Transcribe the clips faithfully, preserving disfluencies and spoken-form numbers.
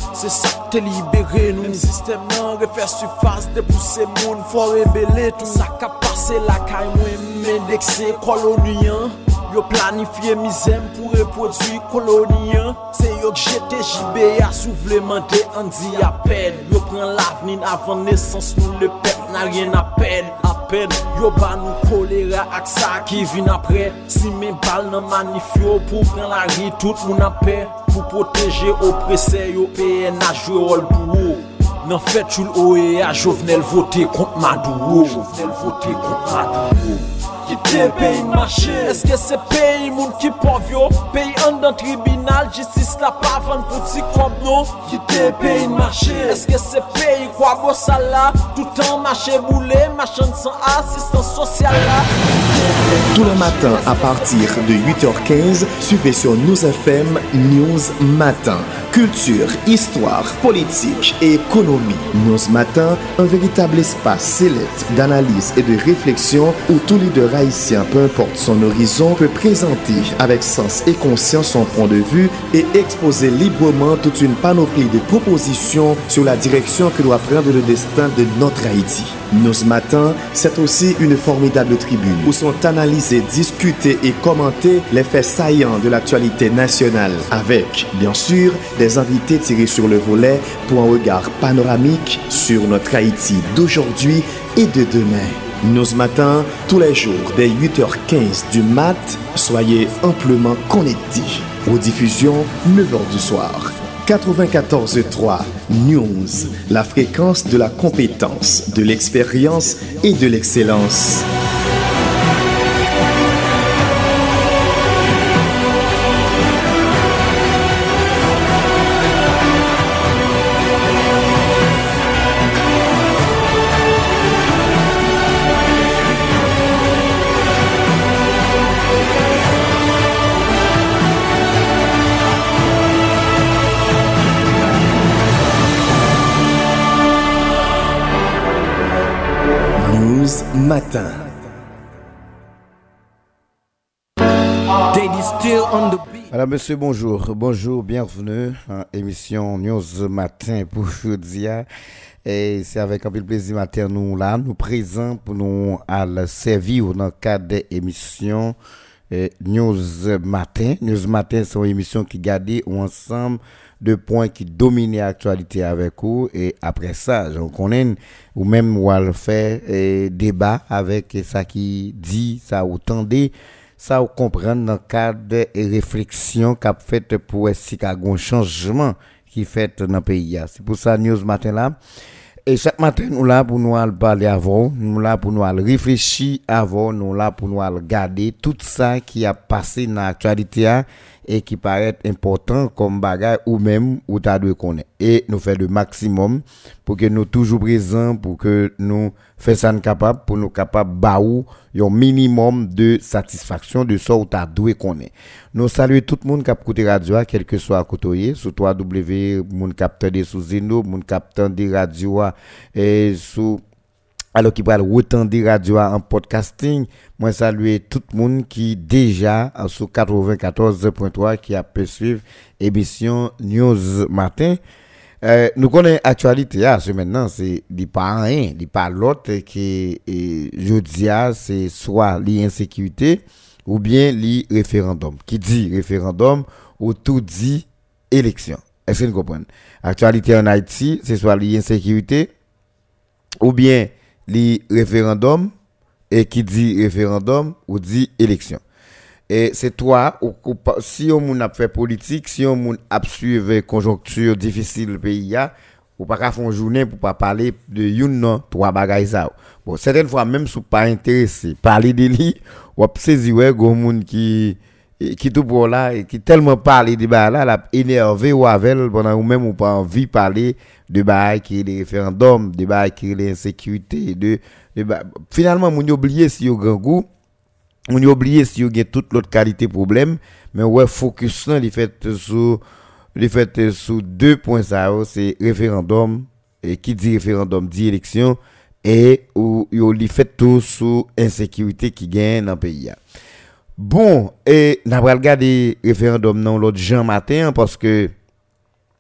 c'est ça te libéré nous. Le système nan refait surface de pousser moun, faut rebeller tout. Ça qu'a passé la caille moi m'indexé colonien. Yo planifié misère pour reproduire colonien. C'est yo que j'étais J B A souvlementé en dit à peine. Yo prend l'avenir avant naissance nous le peuple n'a rien à peine. À peine yo ba nous choléra ak ça qui vient après. Si mes balles nan manifio pour prendre la rue tout moun a paix. Pour protéger oppressé yo P N A joué rôle pour eux. Nan fait tout l'O E A Jovenel voter contre Maduro. Jovenel voter contre Maduro. Qui te pays marché? Est-ce que c'est pays moun qui pauvre? Pays en dans tribunal, justice la pas vendre pour ti comme non? Qui te pays marché? Est-ce que c'est pays quoi beau ça là? Tout temps marché boulé, machin sans assistance sociale là. Tous les matins à partir de huit heures quinze, suivez sur News F M News Matin. Culture, histoire, politique et économie. News Matin, un véritable espace sélect d'analyse et de réflexion où tout leader haïtien, peu importe son horizon, peut présenter avec sens et conscience son point de vue et exposer librement toute une panoplie de propositions sur la direction que doit prendre le destin de notre Haïti. News Matin, c'est aussi une formidable tribune où sont analysés, discutés et commentés les faits saillants de l'actualité nationale avec, bien sûr, des invités tirés sur le volet pour un regard panoramique sur notre Haïti d'aujourd'hui et de demain. News Matin, tous les jours dès huit heures quinze du mat, soyez amplement connectés. Aux diffusions, neuf heures du soir. quatre-vingt-quatorze virgule trois News, la fréquence de la compétence, de l'expérience et de l'excellence. Matin. Madame, monsieur, bonjour. Bonjour, bienvenue à l'émission News Matin pour aujourd'hui. Et c'est avec un peu de plaisir matin nous là, nous présents pour nous à la servir dans le cadre de l'émission News Matin. News Matin, c'est une émission qui garde ensemble de points qui dominent l'actualité avec vous et après ça, on connaît ou même ou à faire eh, débat avec ça qui dit, ça ou tendez, ça ou comprendre dans le cadre de réflexion qu'a fait pour essayer qu'il y a un changement qui fait dans le pays. C'est pour ça News Matin là. Et chaque matin, nous là pour nous parler avant, nous là pour nous réfléchir avant, nous là pour nous regarder tout ça qui a passé dans l'actualité et qui paraît important comme bagage ou même ou t'as dû connaître. Et nous faire le maximum pour que nous toujours présents, pour que nous fassions ça capable, pour nous capable baou un minimum de satisfaction de ça ou t'as dû connaître. Nous saluons tout le monde qui a écouté radio, quel que soit à côté, sur trois W, mon capteur de sous Zeno, mon capteur de radio et sous alors qui parle autant de radio en podcasting. Moi saluer tout le monde qui déjà sur quatre-vingt-quatorze virgule trois qui a pu suivre émission News Matin. Euh, nous connaissons l'actualité ah, ce maintenant c'est dit pas rien, dit pas l'autre qui je dis c'est soit l'insécurité ou bien le référendum. Qui dit référendum ou tout dit élection. Est-ce que vous comprenez? Actualité en Haïti, c'est soit l'insécurité ou bien le référendum, et qui dit référendum ou dit élection. Et c'est toi, ou, ou, si on a fait politique, si on a suivi conjoncture difficile le pays, ou pas qu'à faire une journée pour pas parler de une non trois bagages ça. Bon, certaines fois même si pas intéressé, parler de lui, ou saisir ouais gon monde qui qui tout pour là et qui tellement parler de ba là, l'a énervé ou avec pendant ou même ou pas envie parler de bail qui est des référendums, de bail qui est l'insécurité, de, de bail. Finalement mon oublié si yo grand goût, on oublié si yo gen toute l'autre qualité problème, mais ouais focus là il fait sur il fait sur deux points ça, c'est référendum et qui dit référendum dit élection et ou yo li fait tout sur insécurité qui gagne dans pays. Bon, et n'a pas regarder référendum non l'autre Jean matin parce que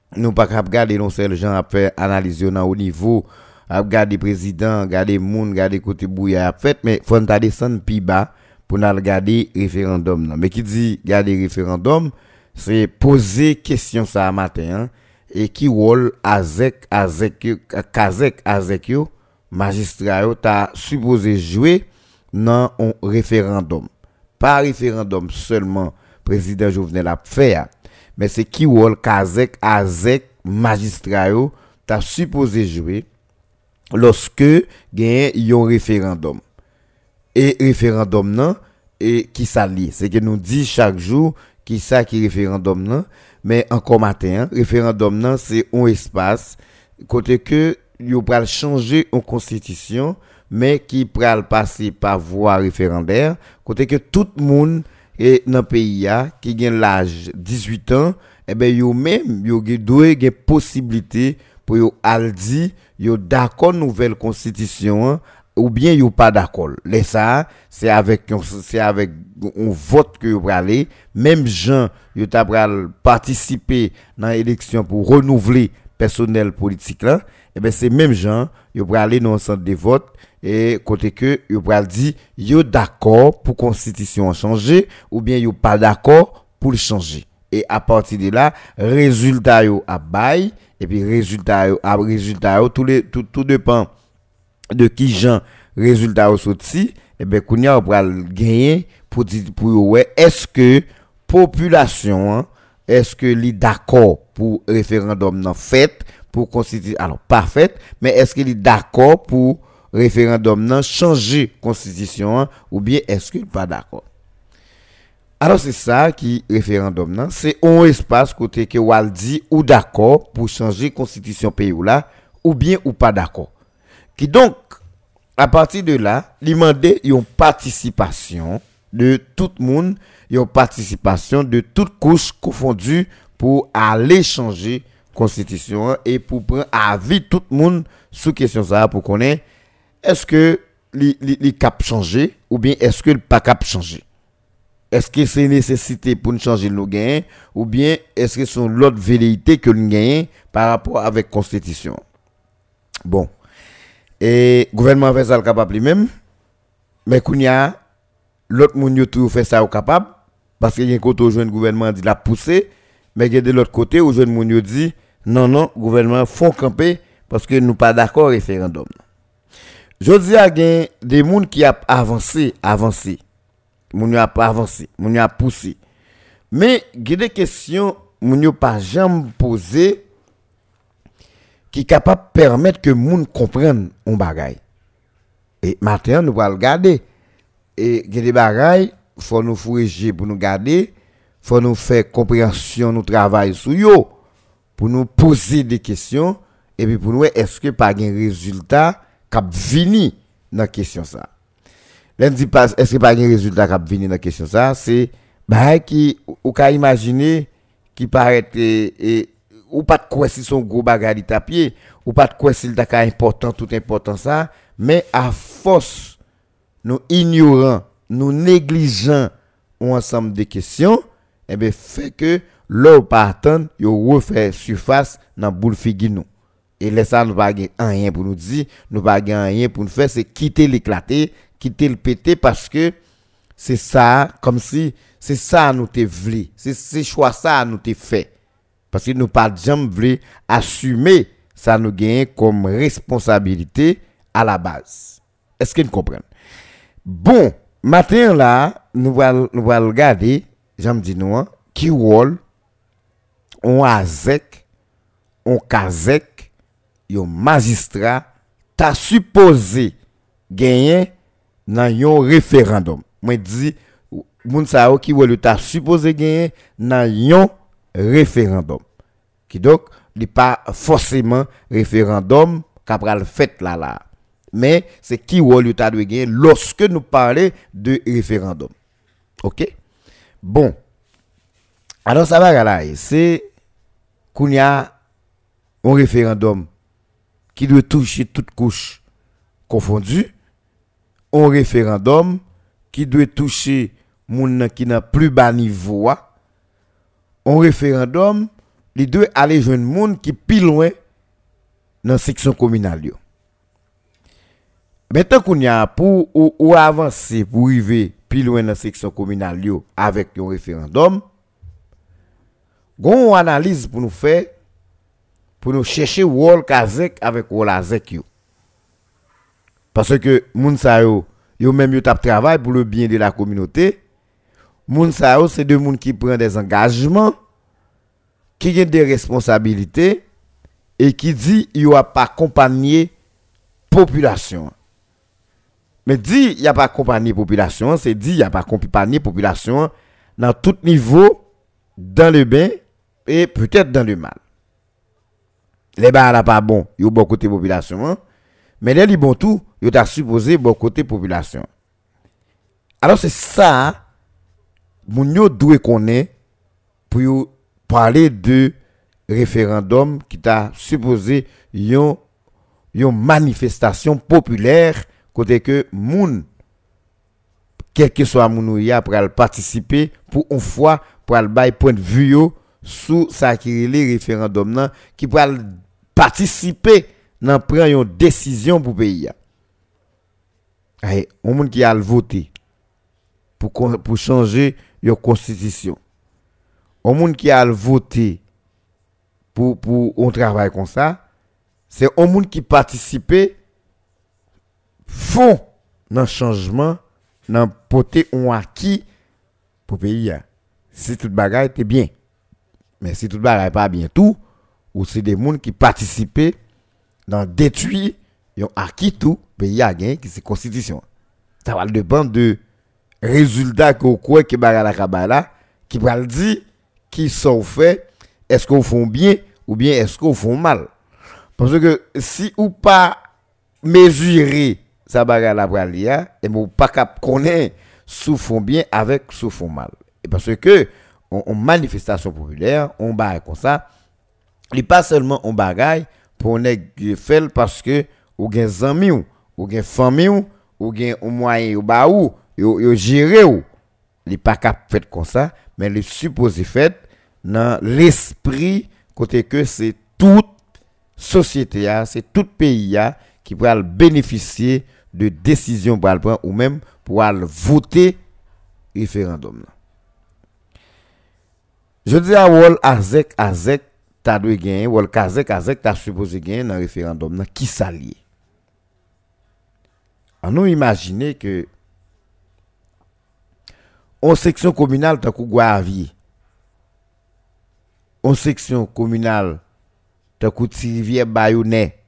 nous pas cap regarder non seul gens à faire analyse dans au niveau à regarder président, regarder monde, regarder côté bouillard a fait mais faut nous descendre plus bas pour nous regarder référendum là. Mais qui dit regarder référendum, c'est poser question ça matin hein, et qui rôle avec avec Kazek avec yo magistrat yo t'a supposé jouer dans un référendum. Pas référendum seulement président Jovenel a fait mais c'est qui rôle Kazek avec magistrat yo t'a supposé jouer lorsque gagne un référendum. Et référendum non et qui s'allie c'est que nous dit chaque jour qui ça qui référendum non mais encore matin hein, référendum non c'est un espace côté que yo pral changer en constitution mais qui pral passer par voie référendaire côté que tout le monde et dans pays a qui gagne l'âge dix-huit ans et ben yo même yo doit gagne possibilité pour yo al di yo d'accord nouvelle constitution hein, ou bien yo pas d'accord. Les ça c'est avec c'est avec un vote que yo aller même gens yo t'a pral participer dans élection pour renouveler personnel politique là et ben c'est même gens yo pral aller dans un centre de vote et côté que yo pral dit yo d'accord pour constitution changer ou bien yo pas d'accord pour le changer et à partir de là résultat yo a bail et puis résultat yo a résultat yo tout les tout tout dépend de qui gens résultat au sorti et ben kounya on va gagner pour dire pour ouais est-ce que population hein, est-ce que li d'accord pour référendum non fait pour constituer alors pas fait mais est-ce que li d'accord pour référendum non changer constitution hein, ou bien est-ce qu'il pas d'accord. Alors c'est ça qui référendum non c'est un espace côté que wal dit ou d'accord pour changer constitution pays ou là ou bien ou pas d'accord qui donc à partir de là, il demandait une participation de tout le monde, une participation de toute couche confondue pour aller changer constitution et pour prendre avis tout le monde sous question ça pour connaître est-ce que les cap changer ou bien est-ce que le pas cap changer. Est-ce que c'est une nécessité pour nous changer nos gains ou bien est-ce que c'est l'autre velléité que nous gagnons par rapport avec constitution. Bon. Et gouvernement fait ça le capable lui-même mais kounya l'autre moun yo tout fait ça au capable parce que y a côté au jeune gouvernement dit la pousser mais y a de l'autre côté au jeune moun yo dit non non gouvernement font camper parce que nous pas d'accord référendum. Jodi a gen des moun qui a avancé avancé moun yo a pas avancé moun yo a poussé mais y a des questions moun yo pas jamais poser qui capable permettre que moun comprenne on bagay. Et maintenant nous va regarder et des bagay faut nous fouiller pour nous garder, faut nous faire compréhension nous travail sur yo pour nous poser des questions et puis pour nous est-ce que pas un résultat cap vini dans question ça. Lundi passe est-ce que pas un résultat cap vini dans question ça c'est bagay qui ou ka imaginer qui paraît et, et ou pas de quoi si son gros bagage de tapier ou pas de quoi s'il t'a important tout important ça mais à force nous ignorant nous négligeant un ensemble de questions et ben fait que l'eau pas attendre yo refait surface dans boule figure nous et laisse ça nous pas rien pour nous dire nous pas rien pour nous faire c'est quitter l'éclater quitter le péter parce que c'est ça comme si c'est ça nous te vle c'est c'est choix ça nous te fait. Parce que nous pas jamais voulu assumer ça nous gagne comme responsabilité à la base. Est-ce que vous comprenez? Bon, matin là, nous va nous va regarder, j'aime dire nous qui rôle on azek, on kazek, un magistrat t'a supposé gagner dans un référendum. Moi dis moun sa qui rôle t'a supposé gagner dans un référendum qui donc n'est pas forcément référendum qu'après fait là là mais c'est qui rôle you t'a gagner lorsque nous parler de référendum. OK bon alors ça va là c'est qu'il y a un référendum qui doit toucher toute couche confondue, un référendum qui doit toucher moun qui n'a plus bas niveau. Un référendum, les deux aller joindre monde qui plus loin dans section communale yo. Maintenant qu'on y a pour ou, ou avancer pour arriver plus loin dans section communale yo avec un référendum, gon analyse pour nous faire pour nous chercher wol kazek avec wol azek yo. Parce que moun sa yo yo même yo tap travail pour le bien de la communauté. Moun sa yo c'est de moun qui prend des engagements, qui ont des responsabilités et qui dit yo a pas accompagner population. Mais dit il y a pas accompagner population, c'est dit il y a pas accompagner population dans tout niveau, dans le bien et peut-être dans le mal. Les ba là pas bon, yo bon côté population, hein? Mais les li bon tout, yo t'a supposé bon côté population. Alors c'est ça moun yo doit connaître pour yo parler de référendum qui t'a supposé yon yon manifestation populaire côté que moun quel que soit moun ou ya pour participer pour une fois pour al bay point de vue yo sous ça qui les référendum nan qui pour participer dans prendre une décision pour pays. Ay, on moun qui a voté pour pour changer une constitution. On moun qui a voté pour pour un travail comme ça, c'est un moun qui participer font dans changement, dans porter un acquis pour pays. Si toute bagaille était bien. Mais si toute bagaille pas bien tout, ou c'est des moun qui participer dans détruire un acquis tout pays a gagné qui c'est constitution. Ça va dépendre de résultat que quoi que bagaille la kabala qui va le dire qui sont fait, est-ce qu'on font bien ou bien est-ce qu'on font mal. Parce que si ou pas mesurer ça bagaille la pralia et ou pas cap connaître sous font bien avec sous font mal. Et parce que on, on manifestation populaire, on bagaille comme ça, il pas seulement on bagaille pour nèg fait parce que ou gen zami ou ou gen famille ou ou gen un moyen ou ba ou yo yo gérer ou il pas cap fait comme ça mais le supposé fait dans l'esprit côté que c'est toute société a c'est tout pays a qui pourra bénéficier de décisions pour le prendre ou même pour voter référendum. Je dis à wol azek azek ta doit gagner wol kazek azek ta supposé gagner dans référendum là qui s'allier. On nous imaginer que en section communale ta Gouavier, en section communale ta Rivière Bayonnais,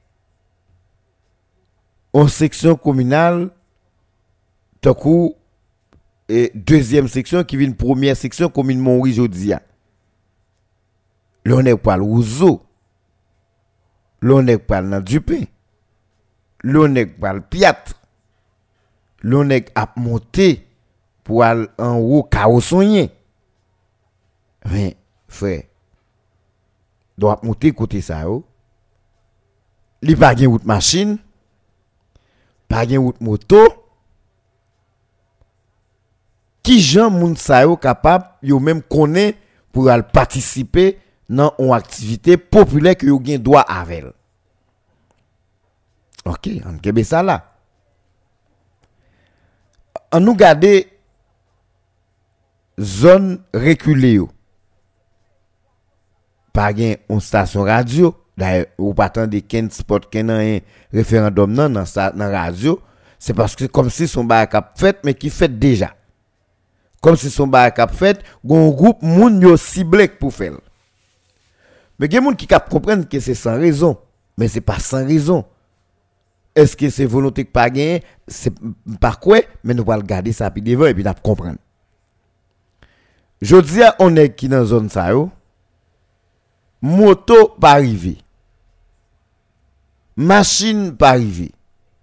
en section communale ta et deuxième section qui vient première section commune Montri Jodia. L'on est pas le Ouzo, l'on est pas dans Dupin, l'on est pas le Piatre, l'on est à monter pour aller en haut Kaosonien. Mais frère, doit monter côté ça yo. Li pa gen route machine, pa gen route moto. Qui jan moun sa yo capable yo même connaît pour aller participer dans une activité populaire que yo gen droit avec. OK, on kebe ça là. On nous garder zone reculée yo. Pas gen une station radio, d'ailleurs ou pas tant de ken spot ken un référendum nan dans ça dans radio, c'est parce que comme si son ba cap fait mais qui fait déjà. Comme si son ba cap fait, gon groupe moun yo ciblé pour faire. Mais gen moun qui cap comprendre que c'est sans raison, mais c'est pas sans raison. Est-ce que c'est volonté que pas gagner, c'est par quoi, mais nous va regarder ça puis devant et puis n'a comprendre. Jodi a on est qui dans zone ça yo. Moto pas arrivé. Machine pas arrivé.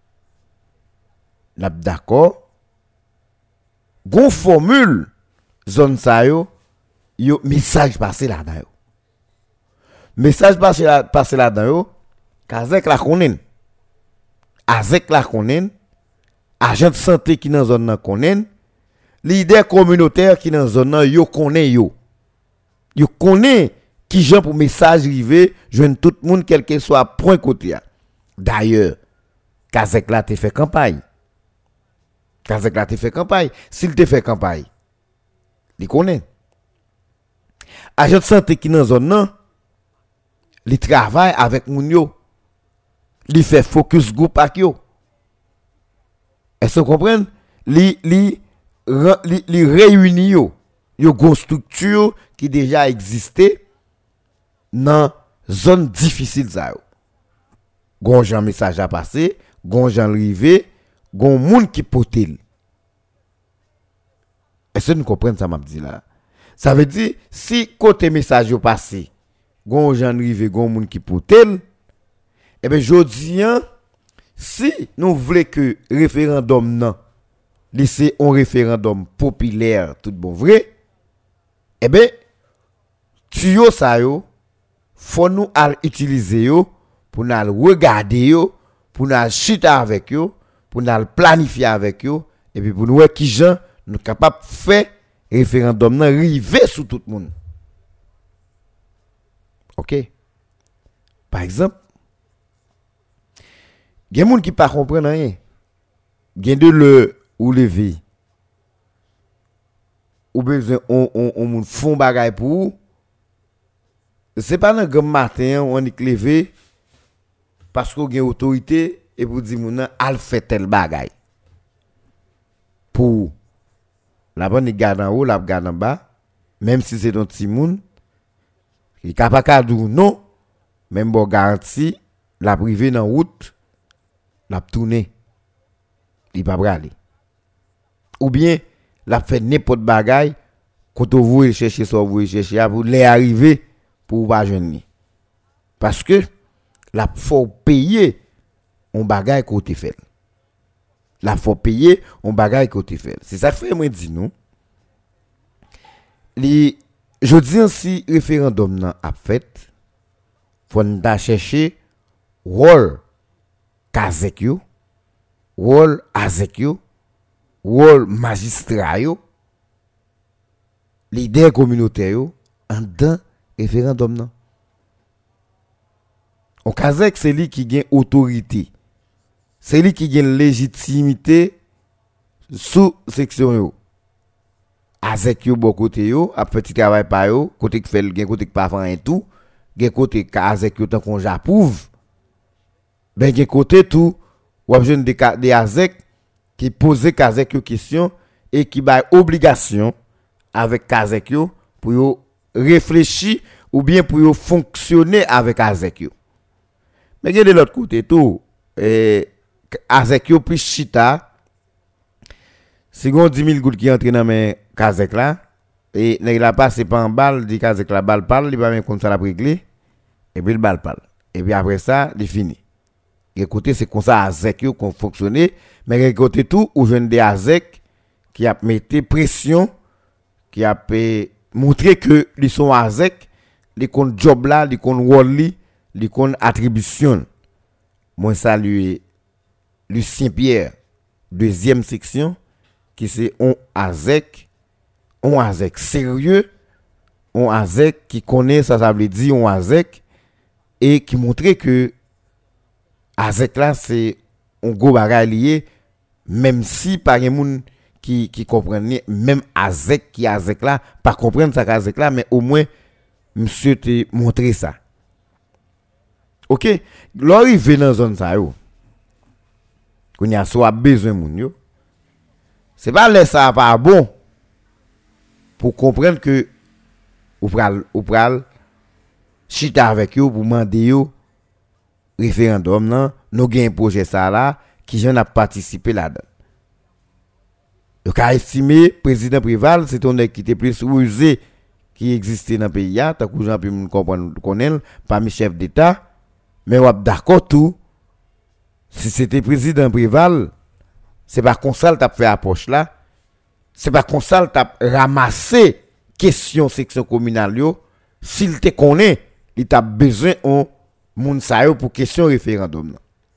N'a d'accord. Gon formule zone ça yo, yo message passé là-dedans yo. Message passé là passé là-dedans yo, kazek la konnen. Azek la konnen, agent de santé qui dans zone nan konnen, leader communautaire qui dans zone nan yo konnen yo. Yo konnen qui gens pour message arrivé, joindre tout le monde quel que soit point côté. D'ailleurs, Kazek là te fait campagne. Kazek là te fait campagne. S'il te fait campagne, il connaît. Agent de santé qui dans zone nan, il travaille avec moun yo. Il fait focus group avec yo. Est-ce que vous comprenez? Li li li, li réunit yo. Yo gon structure qui déjà existait dans zone difficile ça yo. Gon jan message à passer, gon jan rivé, gon moun qui potel. Est-ce que vous comprenez ça m'a dit là? Ça veut dire si côté message yo passé, gon jan rivé, gon moun qui potel, eh ben jodi an si nous voulons que référendum nan laisser un référendum populaire tout bon vrai, eh ben tuyo ça yo faut nous al utiliser yo pour nous regarder yo, pour nous chita avec yo, pour nous planifier avec yo et puis pour nous voir qui gens nous capable faire référendum nan river sur tout le monde. OK? Par exemple, gen moun qui pas comprendre rien. Gen de le ou lever. Ou besoin on on on moun font bagay pour. C'est pas dans grand matin on est levé parce qu'on gen autorité et pour dire moun al fait tel bagay. Pour la bonne garde en haut, la garde en bas, même si c'est ton petit moun, il capable kadou non, même bon garantie la privé dans route. La tourner il pas braler ou bien la fait n'importe bagaille quand on veut chercher ça vous chercher pour les arriver pour pas joindre parce que la faut payer on bagaille côté fait la faut payer on bagaille côté fait c'est ça que fait moi dit nous les je dis ainsi référendum nan a fait faut nous chercher rôle Kazek yo, rôle Azek yo, rôle magistrat yo, leader communautaire yo, en dans référendum nan. On Kazek c'est lui qui gagne autorité. C'est lui qui gagne légitimité sous section yo. Azek yo bon côté yo, a petit travail pa yo, côté qui fait le gain côté qui pas faire un tout, gain côté Kazek yo tant qu'on j'approuve. Ben gen côté tout ou a jeune de de Azek qui poser Kazek yo question et qui ba obligation avec Kazek yo pour yo réfléchir ou bien pour yo fonctionner avec Azek yo. Mais gen de l'autre côté tout eh Azek yo plus chita si gon dix mille gouttes qui entre dans men Kazek là et nèg la passe pas en balle dit Kazek la balle parle, il va même comme ça la régler et puis le balle parle. Et puis après ça, il fini. Côté c'est comme ça Azek yo qu'on fonctionner mais côté tout ou jeune des Azek qui a metté pression qui a montré que ils sont Azek les kon job là les kon rôle li les kon attribution. Moi saluer Lucien Pierre deuxième section qui c'est on Azek on Azek sérieux on Azek qui connaît ça ça veut dire on Azek et qui montrait que Azek là c'est un gros bagage lié même si par un monde qui qui comprenait même Azek qui Azek là pas comprendre ça Azek là mais au moins monsieur te montrer ça. OK, l'arrivée dans zone ça yo. Qu'on y a soit besoin moun yo. C'est pas laisser ça pas bon pour comprendre que ou pral ou pral chita avec yo pour demander yo référendum nan nous gain projet ça là qui j'en a participé là-dedans. Le cas estimé président Prival c'est un qui était plus rusé qui existait dans le pays là tant que gens pu comprendre connaître parmi chef d'état mais on d'accord tout si c'était président Prival c'est pas comme ça t'a fait approche là c'est pas comme ça t'a ramassé question section communale yo s'il te connaît il t'a besoin on moun sa yo pour question référendum.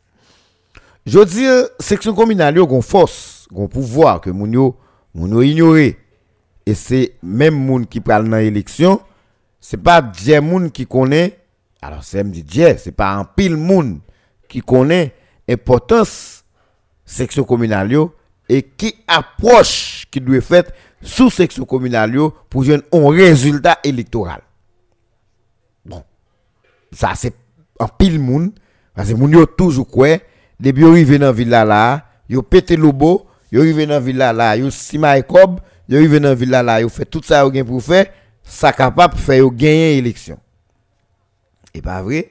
Je dis section communale yo gon force, gon pouvoir que moun yo moun yo ignorer et c'est même moun qui pral dans élection c'est pas des moun qui connaît alors c'est me dit Dieu c'est pas un pile moun qui connaît importance section communale yo et qui approche qui doit faire sous section communale yo pour jouer un résultat électoral. Bon. Ça c'est un pile moun parce que moun yo toujours quoi depuis yo rive dans ville là là, yo pété lobo, yo rive dans ville là là, yo sima ekob, yo rive dans ville là là, yo fait tout ça yo gen pour faire, ça capable faire yo gagner élection. Et pas vrai?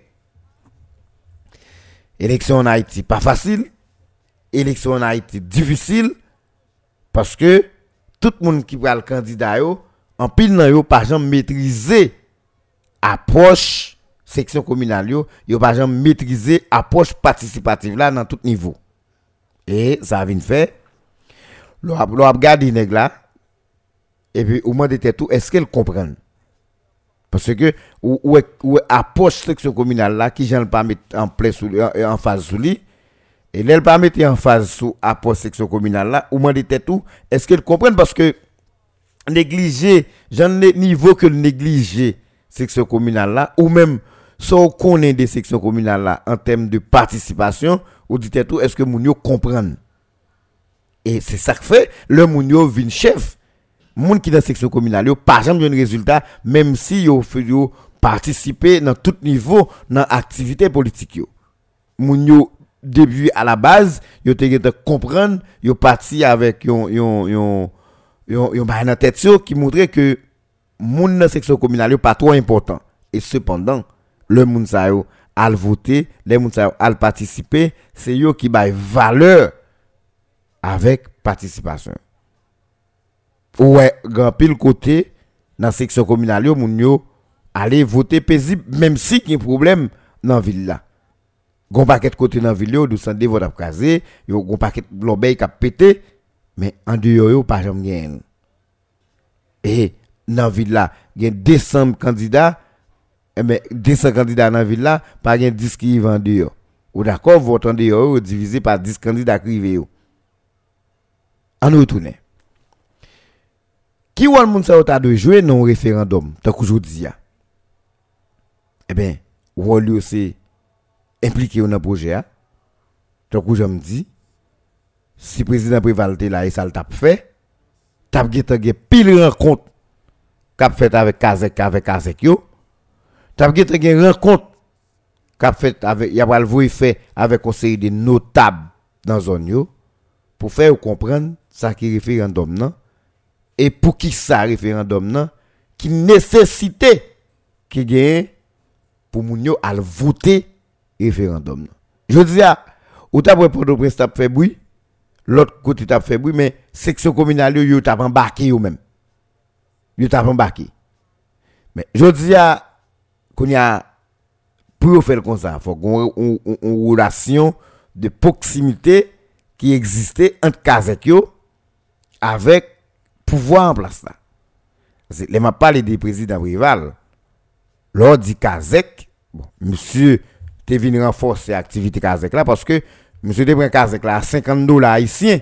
Élection en Haïti pas facile. Élection en Haïti difficile parce que tout le monde qui va le candidat yo en pile nan yo pas jamais maîtriser approche section communale yo, yo pas jamais maîtriser approche participative là dans tout niveau. Et ça vient faire l'on a regardé nèg là et puis au moins de tout est-ce qu'elle comprennent? Parce que ou ou, ou approche section communale là qui j'en pas mettre en place sous en phase sous lui et elle pas mettre en phase sous approche section communale là au moins de tout est-ce qu'elle comprennent parce que négliger j'en niveau que négliger section communale là ou même so connaît des sections communales là en termes de participation ou dit tout est-ce que moun yo comprennent et c'est ça que fait le moun yo vinn chef moun qui dans section communale yo pas jamais un résultat même si yo fait yo participer dans tout niveau dans activité politique yo moun yo depuis à la base yo te comprendre yo parti avec yon yon yon yon yon ba dans tête yo qui montrait que moun dans section communale yo pas trop important et cependant le moun sa yo al voter, les moun sa yo al participer, c'est yo qui bail valeur avec participation. Ouais, grand pile côté dans section communale yo moun yo aller voter paisible même si y a un problème dans ville là. Gon paquet côté dans ville yo, dou sande vote ap krasé, yo gon paquet l'obey qui a pété, mais en dehors yo pas jamais gain. Et dans ville là, il y a deux cents candidats. Eh ben deux cents candidats dans la ville là, pas gain dix qui vont dehors. Ou d'accord, vote en dehors divisé par dix candidats privés. On retourne. Qui wal moun sa yo ta de jouer non référendum, tant qu'aujourd'hui a. Eh ben, wol yo c'est impliqué dans projet a. Tant que j'aime dit, si président Prévalte là et ça le t'a fait, t'a gete pile rencontre qu'a fait avec Kazek avec Kazek yo. T'as gete gen rencontre qu'a fait avec y a pas le fait avec conseil de notables dans zone yo pour faire comprendre ça qui référendum nan et pour qui ça référendum nan qui nécessité qui gagne pour moun yo al voter référendum nan. Je dis à ou t'a répondre prince t'a fait bruit l'autre côté t'a fait bruit mais section communale yo t'a embarqué yo même yo t'a embarqué mais je dis à qu'on y a pour faire comme ça faut qu'on une relation de proximité qui existait entre Kazek yo avec pouvoir en place là. Les m'a parlé des présidents rival. Lors dit Kazek, bon, monsieur t'es venu renforcer l'activité Kazek là parce que monsieur te prend Kazek là à cinquante dollars haïtiens.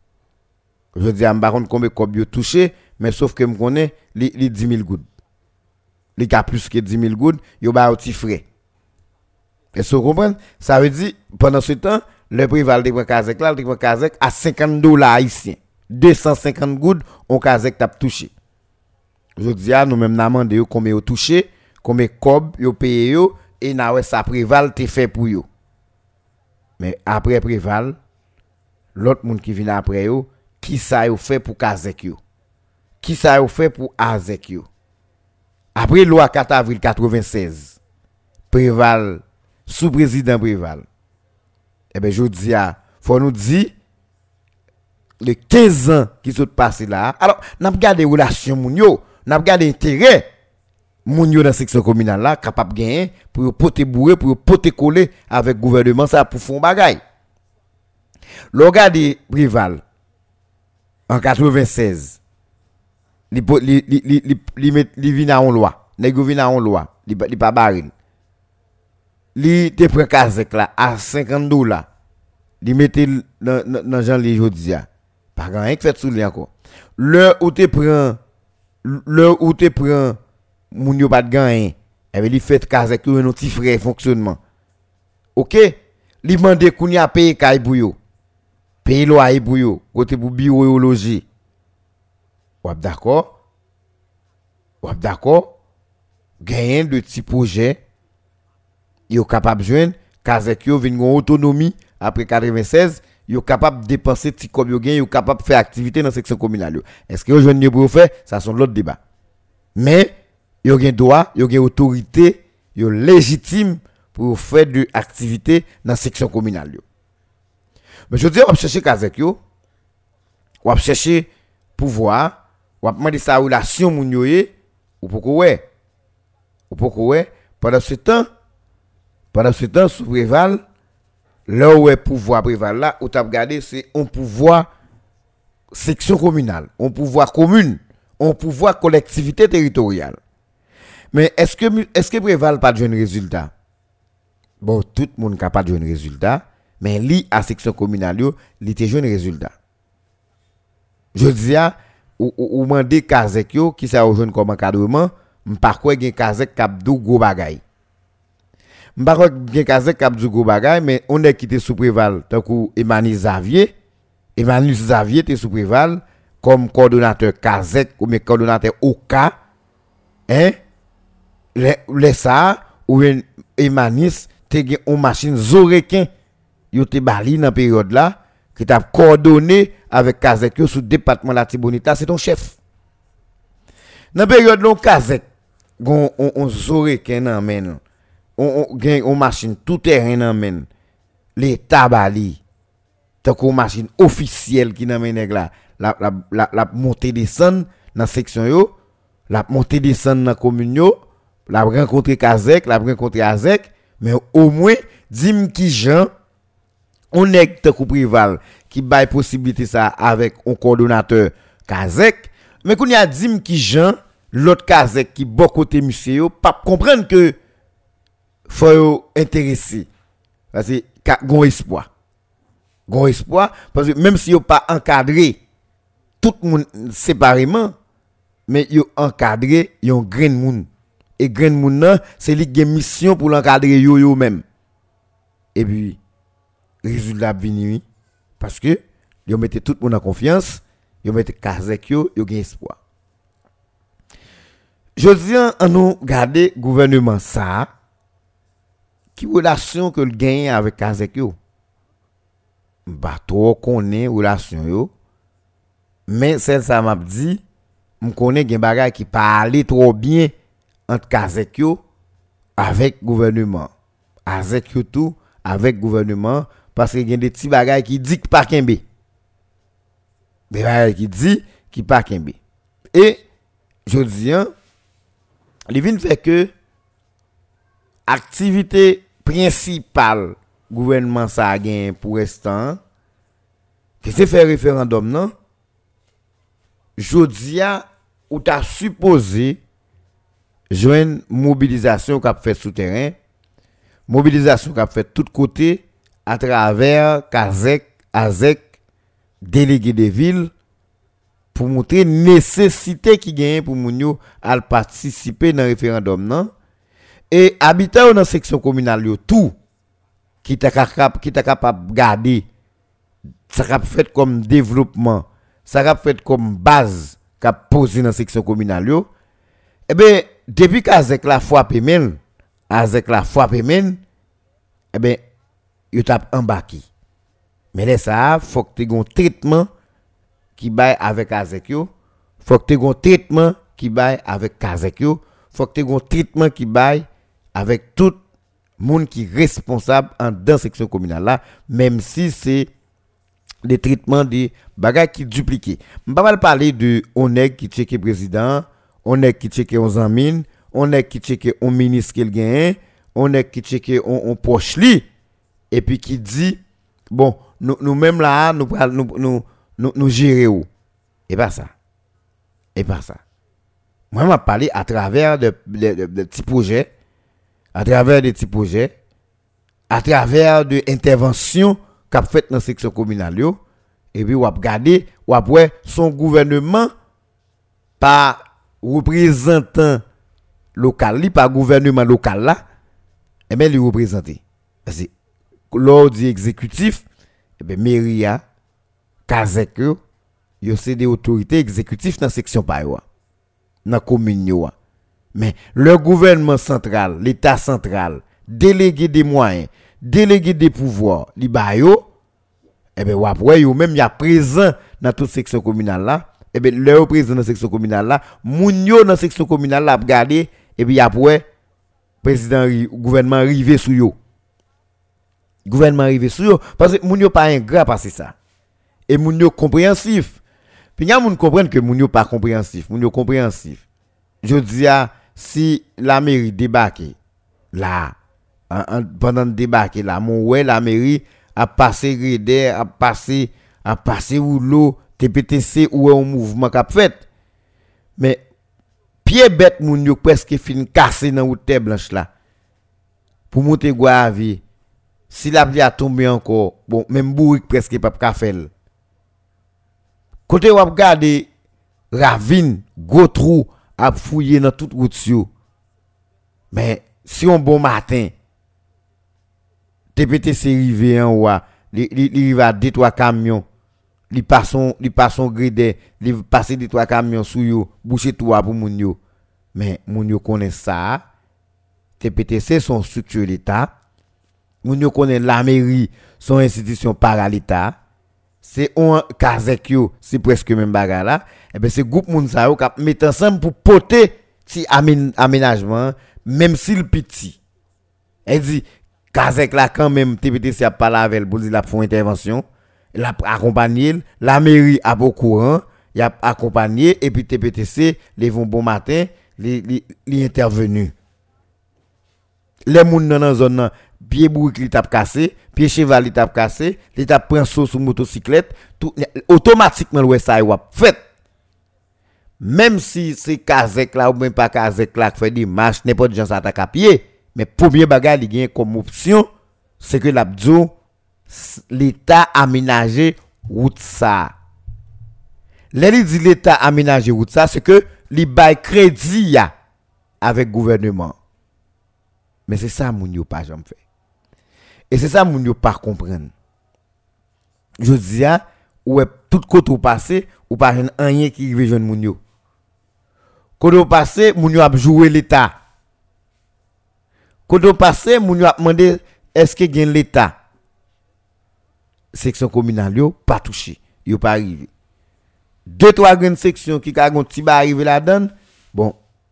Je dis à m'baron combien cob yo touché mais sauf que me connais les dix mille gouttes. Les cas plus que dix mille gouttes, yo ba un petit frais. Est-ce que vous comprenez? Ça veut dire pendant ce temps, le prix va le prendre Kazek là, le prend Kazek à cinquante dollars haïtiens. deux cent cinquante gouttes on Kazek t'a touché. Je dis à nous même n'a demandé combien yo touché, combien cob yo payé yo et na ouais ça préval te fait pour yo. Mais après préval, l'autre monde qui vient après yo, qui ça yo fait pour Kazek yo? Qui ça yo fait pour Azek yo? Après loi quatre avril quatre-vingt-seize, Préval, sous-président Préval. Eh bien, je dis à, faut nous dire, les quinze ans qui sont passés là, alors, n'a pas gardé relation moun yo, n'a pas gardé intérêt moun yo dans la section communale là, capable de gagner, pour poter bourrer, pour poter coller avec le gouvernement, ça pour faire un bagay. Le regardez Préval, en quatre-vingt-seize, li li li li li li li vina en loi nèg vina en loi li li pas baril li te prend Kazek là à cinquante dollars li mettait dans dans Jean li jodia pas rien fait sous li encore le ou te prend le ou te prend moun yo pas de gain. Et bien, il fait Kazek yo un petit frère fonctionnement. OK? Li mande kounya paye kay pou yo. Paye loyer pou yo, côté pour bureau loger. Ou d'accord? Ou d'accord? Gagner de petits projets yo capable joindre Kazek yo vinn gon autonomie après quatre-vingt-seize, yo capable dépenser petit comme yo gagne, yo capable faire activité dans section communale. Est-ce que yo joindre pour faire ça sont l'autre débat. Mais yo gen droit, yo gen autorité, yo légitime pour faire de activité dans section communale yo. Mais je dis on va chercher Kazek yo, on va chercher pouvoir, on va demander sa relation moun yo ou pourquoi ouais. Ou pourquoi ouais pendant ce temps pendant ce temps sous Préval là où est pouvoir Préval là ou t'as regardé c'est un pouvoir section communale, un pouvoir commune, un pouvoir collectivité territoriale. Mais est-ce que est-ce que Préval pas de jeune résultat? Bon, tout le monde capable de jeune résultat, mais li à section communale yo, li te jeune résultat. Je dis à ou ou mandé Kazek yo qui ça jeune comme encadrement, m'pa quoi gen Kazek k'ap dou gros bagay. M'pa quoi gen Kazek k'ap dou gros bagay, mais on est quitté sous Préval tant que Emmanuel Xavier, Emmanuel Xavier était sous Préval comme coordonnateur Kazek ou mais coordonnateur Oka, hein? Les les ça ou Emanis te gen une machine zorekin yo te bali dans période là qui t'a coordonné avec Kazek yo sous département la Tibonita, c'est ton chef. Dans période long Kazek gon on on zorekin nan men on on gen une machine tout terrain nan men l'état bali tant qu'on machine officielle qui nan men nèg là la la la, la montée descendre dans section yo, la montée descendre dans commune yo, la rencontrer Kazek, la rencontrer Azek, mais au moins dim ki Jean on est te Préval qui bail possibilité ça avec un coordonnateur Kazek, mais qu'on y a dim ki Jean l'autre Kazek qui bon côté monsieur yo pas comprendre que faut intéressé parce que gon espoir. Gon espoir parce que même si yo pas encadré tout le monde séparément, mais yo encadré yon grain moun. Et grain moun nan c'est li gen mission pour l'encadrer yo yo même. Et puis résultat vini parce que yo mette tout le monde en confiance, yo mette Kazek yo, yo gen espoir. Je dis en nous garder gouvernement ça qui relation que le gagne avec Kazek yo. Ba trop connaît relation yo. Mais celle ça m'a dit, me connaît gen bagay qui parler trop bien entre Kazek yo avec gouvernement. Avec yo tout avec gouvernement parce que gen des petits bagay qui dit pas kembe. Des bagay qui dit qui pas kembe. Et je dis hein, li vinn fait que activité principale gouvernement ça a gain pour l'instant que c'est faire référendum non. Jodia ou t'a supposé joindre mobilisation qu'a fait souterrain, mobilisation qu'a fait tout côté à travers Kazek, Azek, délégué des villes pour montrer nécessité qui gagne pour moun yo à participer dans référendum non et habitant dans section communale yo tout qui t'a capable qui t'a capable garder ça qu'a fait comme développement, ça qu'a fait comme base qu'a posé dans section communale yo. Eh ben depuis qu'Azek la frappe men, Azek la frappe men, eh ben yo t'a embarqué. Mais là ça faut que tu gon traitement qui bail avec Azek yo, faut que tu gon traitement qui bail avec Kazek yo, faut que tu gon traitement qui bail avec tout monde qui responsable en dans section communale là, même si c'est des traitements des bagages qui dupliqués. On va pas parler de on est qui checker président, on est qui checker on zamine, on est qui checker on ministre qui gagne, on est qui checker on on poche li et puis qui dit bon nous nous même là nous nous nous nous, nous gérer où. Et pas ça. Et pas ça. Moi m'a parlé à travers de, de, de, de petits projets, à travers des petits projets, à travers de interventions qu'a fait dans section communale yo et puis ou a regarder ou après son gouvernement par représentant local, li pas gouvernement local là, et ben li représenter. Parce que l'ordre exécutif, et ben mairie a Kazek yo, yo c'est des autorités exécutives dans section pa yo. Dans commune yo. Mais le gouvernement central, l'état central, délégué des moyens, délégué des pouvoirs, li ba yo, et ben ou après yo même y a présent dans toute section communale là, et ben le président dans section communale là, moun yo dans section communale là regarder et puis après président gouvernement arrivé sou yo. Gouvernement arrivé sou yo parce que moun yo pas ingrat passer ça. Et moun yo compréhensif. Puis y a moun comprendre que moun yo pas compréhensif, moun yo compréhensif. Je dis à si la mairie débarque là en, en, pendant débarquer là, mon ouais la mairie a passé Gréder, a passé a passé ou l'eau T P T C ou un mouvement qu'a fait. Mais pied bête moun yo presque fin cassé dans route terre blanche là. Pour monter Guavi, si la pluie a tombé encore, bon même bourrique presque pas ka faire. Côté ou regarder ravine, gros trou a fouiller dans toute route yo. Mais si on bon matin T P T C rivé en haut, li li va deux trois camions, li passon li passon Gréder, li passer deux trois camions sou yo, boucher tout pour moun yo. Mais moun yo connaît ça. T P T C son structure l'état. Moun yo connaît la mairie, son institution para l'état. C'est un Kazek yo, c'est presque même bagarre là. Et ben c'est groupe moun sa yo k'ap mettre ensemble pour porter ti aménagement même s'il petit. Elle dit Kazek là quand même T P T C a parlé avec pour dire la font intervention, l'a accompagner, la mairie a au courant, il a accompagné et puis T P T C les vont bon matin, les les intervenu. Les moun dans zone nan pied bourrique li t'a cassé, pied cheval li t'a cassé, li t'a prend saut sur motocyclette, tout automatiquement ouais ça y a fait. Même si c'est Kazek là ou même pas Kazek là qui fait des marches, n'importe gens s'attaque à pied, mais premier bagage li gagne comme option, c'est que l'abdou l'état aménager route ça. L'eli dit l'état aménager route ça, c'est que li bay crédit ya avec gouvernement. Mais c'est ça moun yo pas jamais fait. Et c'est ça moun yo pas comprendre. Je dis a ou tout côté ou passé ou pas rien qui rive joindre moun yo. Côté ou passé moun yo a jouer l'état. Côté ou passé moun yo a demandé est-ce que gagne l'état. Section communale yo pas touché, yo pas arrivé. Deux trois grandes sections qui ka gon ti ba arrivé là-dedans. Bon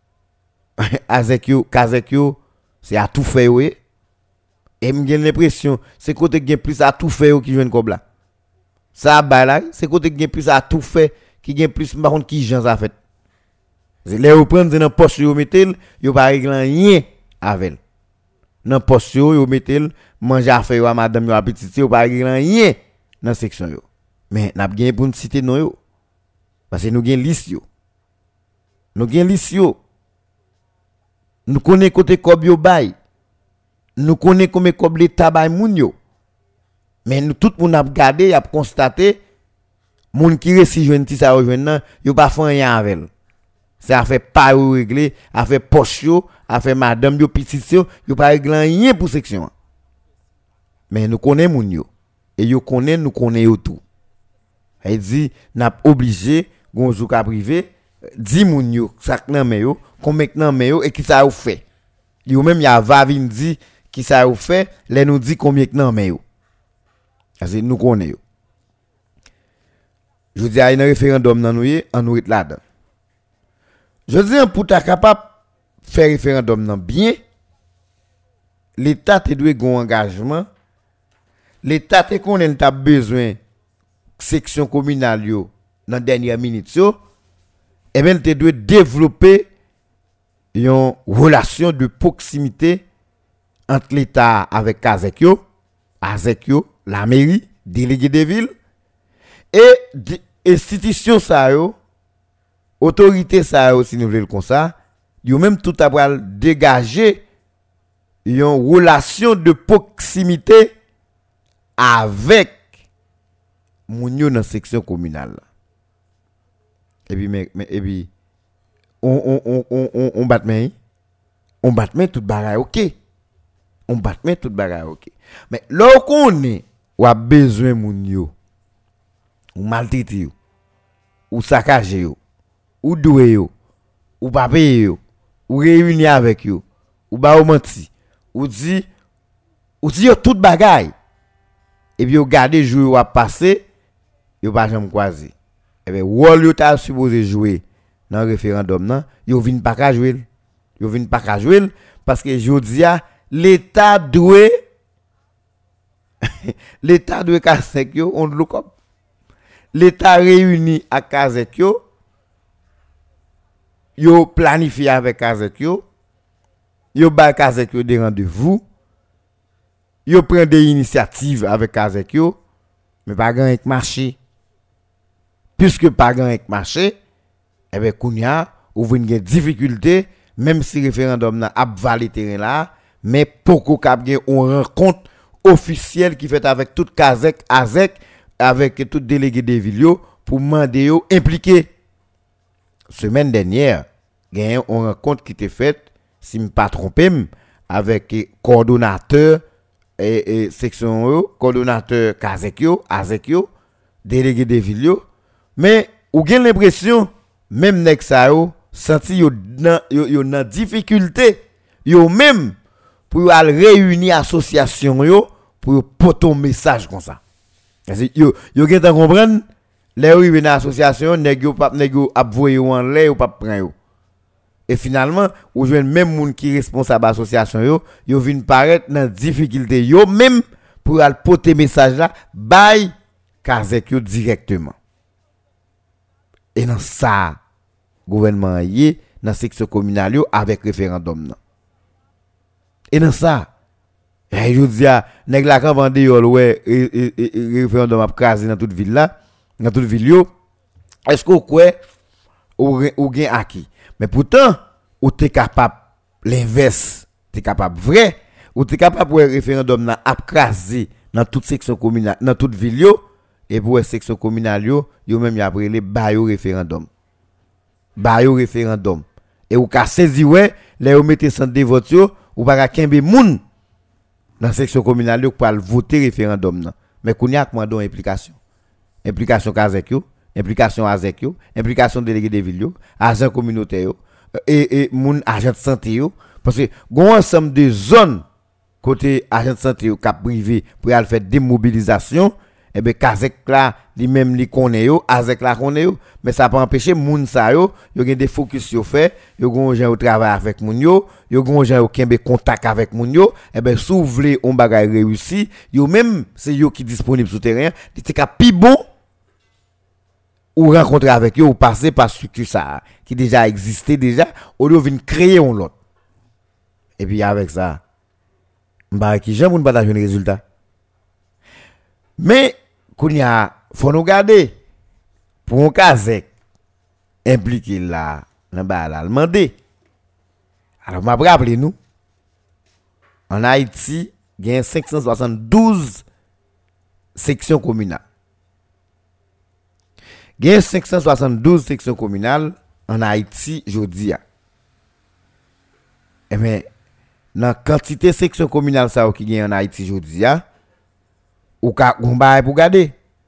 avec yo, Kazek yo c'est à tout faire oui. Et j'ai l'impression c'est côté qui plus à tout faire qui joine comme là. Ça ba là, c'est côté qui plus à tout faire qui gagne plus par contre qui gens ça fait. Les reprendre dans poste yo metel, yo pas régler rien avec. Dans poste yo yo metel manger à faire à madame yo à petite yo pas régler rien dans section yo. Mais n'a gagné pour nous citer non yo. Parce que nous gagne liste yo. Nous gagne liste yo. Nous connaissons côté kob yo bay. Nous connaissons comme kob l'état bay moun yo. Mais nous tout moun a regardé, a constaté moun qui resi joine ti sa joine nan, yo pas fait rien avec. Ça a fait pas ou régler, a fait poche yo, a fait madame yo petite yo, yo pas régler rien pour section. Mais nous connaissons moun yo. Et yo connaît nous connaît yo tout. Elle dit n'a obligé gonjou ka privé di moun yo sak nan men yo combien nan men yo et qui ça ou fait yo même y a vavin dit qui ça ou fait les nous dit combien nan men yo parce que nous connaît yo je dis à un référendum nan nou en nou et là-dedans je dis pour ta capable faire référendum nan bien l'état te doit gon engagement l'état te connaît t'a besoin section communale yo dans dernière minute yo et bien tu dois développer une relation de proximité entre l'État avec Kazek yo, avec yo, la mairie, délégué des villes et institution ça yo, autorité ça yo si nous voulons comme ça, yo même tout à dégager une relation de proximité avec moun yo dans section communale. Et puis mais, mais et puis on on on on on bat main on bat mais toute bagaille OK. On bat mais toute bagaille OK. Mais là qu'on est ou a besoin moun yo ou maltraité yo ou saccagé yo ou doué yo ou pas payé yo ou réuni avec yo ou ba ou menti ou dit ou dit yo toute bagaille et puis yo garder jouer ou a passer yo pas jamais croiser et ben rôle yo t'a supposé jouer dans référendum nan yo vinn pas ka jouer yo vinn pas ka jouer parce que jodia l'état doit l'état doit Kazek yo on look up l'état réuni à Kazek yo yo planifié avec Kazek yo yo ba Kazek yo des rendez-vous yo prend des initiatives avec Kazek yo mais pas grand avec marché puisque pas grand avec marché eh ben kounya ou vinn gen difficulté même si référendum na a valé terrain là mais pourquoi k'ap gen on rencontre officielle qui fait avec tout Kazek Azek avec tout délégué des villes pour demander yo impliqué semaine dernière gagne on rencontre qui était faite si me pas trompé avec coordonnateur et, et section yo coordonnateur Kazek yo Azek yo délégué des villes mais ou gagne l'impression même nek sa yo senti yo nan yo, yo nan difficulté yo même pour al réunir association yo pour porter un message comme ça yo yo gen tan comprendre les arrivé dans association nèg yo pas nèg yo ap voyer en l'air ou pas prend yo et finalement ou joine même moun qui responsable association yo yo vinn paraître dans difficulté yo même pour al porter message là bay Kazek yo directement et dans ça gouvernement yé dans section communale yo avec référendum nan et dans ça et je dis a nèg la kan vande yo ouais référendum a craser dans toute ville là dans toute ville yo est-ce que quoi ou ou gen acquis mais pourtant ou t'es capable l'inverse t'es capable vrai ou t'es capable pour référendum na a craser dans toute section communale dans toute ville yo et pour section communale yo yo même y a brûlé ba yo référendum ba yo référendum et ou ka saisi ouais les ou mettez centre de vote yo ou pas ka kembe moun dans section communale yo pour voter référendum nan mais kounya ak mandon implication implication Kazek yo implication Azek yo implication délégué des villes yo agent communautaire yo et et moun agent de santé yo parce que gon ensemble de zones côté agent de santé yo cap privé pour aller faire démobilisation et ben Kazek là li même li connaît yo Azek là connaît yo mais ça pas empêcher moun sa yo yo gen des focus yo fait yo gon gens au travail avec moun yo yo gon gens au kembe contact avec moun yo et ben sou vle on bagay réussi yo même c'est yo qui disponible sur terrain li te ka pi bon ou rencontrer avec yo ou passer par structure ça qui déjà existait déjà ou yo vinn créer on l'autre et puis avec ça m'ba ki j'aime moun partager un résultat mais kounya faut nous garder pour un Kazek impliqué là dans ba la demander alors m'a rappelé nous en Haïti il y a cinq cent soixante-douze sections communales il y a cinq cent soixante-douze sections communales en Haïti jodi a et mais dans quantité sections communales ça qui gagne en Haïti jodi a ou ka gomba pour garder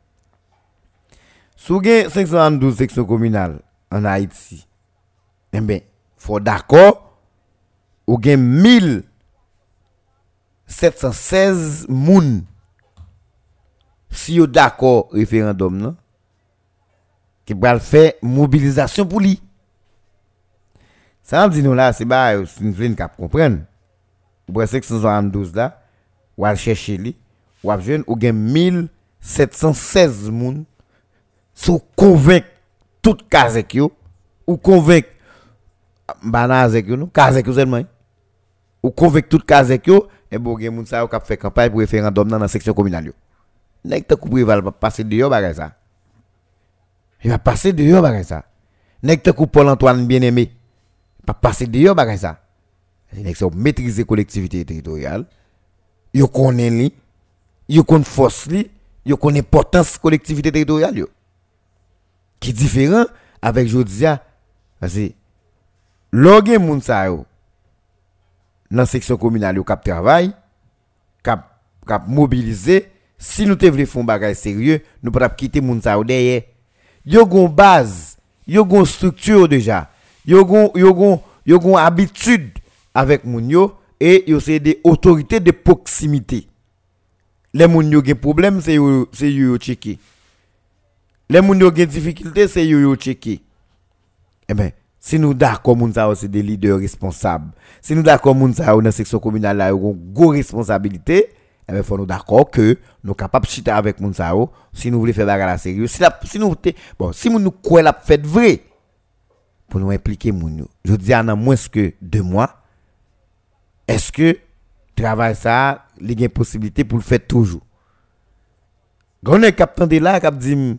sous gen cinq cent soixante-douze sections communales en Haïti eh ben faut d'accord ou gen mille sept cent seize moun si yo d'accord référendum non qui va faire mobilisation pour lui ça me dit nous là c'est ba une vinn cap comprendre pour cinq cent soixante-douze là ou al chercher lui ou a jeune ou gen mille sept cent seize moun sou convaincre tout Kazek yo ou convaincre banazek yo non Kazek yo seulement ou convaincre tout Kazek yo et bon gen moun sa yo k'ap fait campagne pour référendum dans section communale yo nèg ta couper va passer dehors bagay ça il va passer dehors bagay ça nèg ta couper Paul Antoine bien-aimé pas passer dehors bagay ça nèg ça maîtriser collectivité territoriale yo connaît li yo connaît force li yo connaît importance collectivité territoriale yo qui différent avec jodia parce que loge moun sa yo dans la section communale qui travaille, qui mobilisé, si nous te voulons faire un bagage sérieux, nous ne pouvons pas quitter moun sa ou derrière. Yo gon base, yo gon structure déjà. Yo gon yo gon yo gon habitude avec moun yo et yo c'est des autorités de proximité. Les moun yo gen problème c'est yo c'est yo checker. Les moun yo gen difficulté c'est yo yo checker. Eh ben si nous d'accord moun sa c'est des leaders responsables. Si nous d'accord moun sa dans section communale là yo gon responsabilité. Eh bien, faut nous d'accord que nous capables de chiter avec moun sa yo si nous voulons faire bagarre la sérieux. Si la, si nous bon, si nous croit la fait vrai pour nous impliquer moun yo. Je dis en moins que deux mois. Est-ce que travail ça, il y a une possibilité pour le faire toujours? Quand on est capitaine de là, cap dit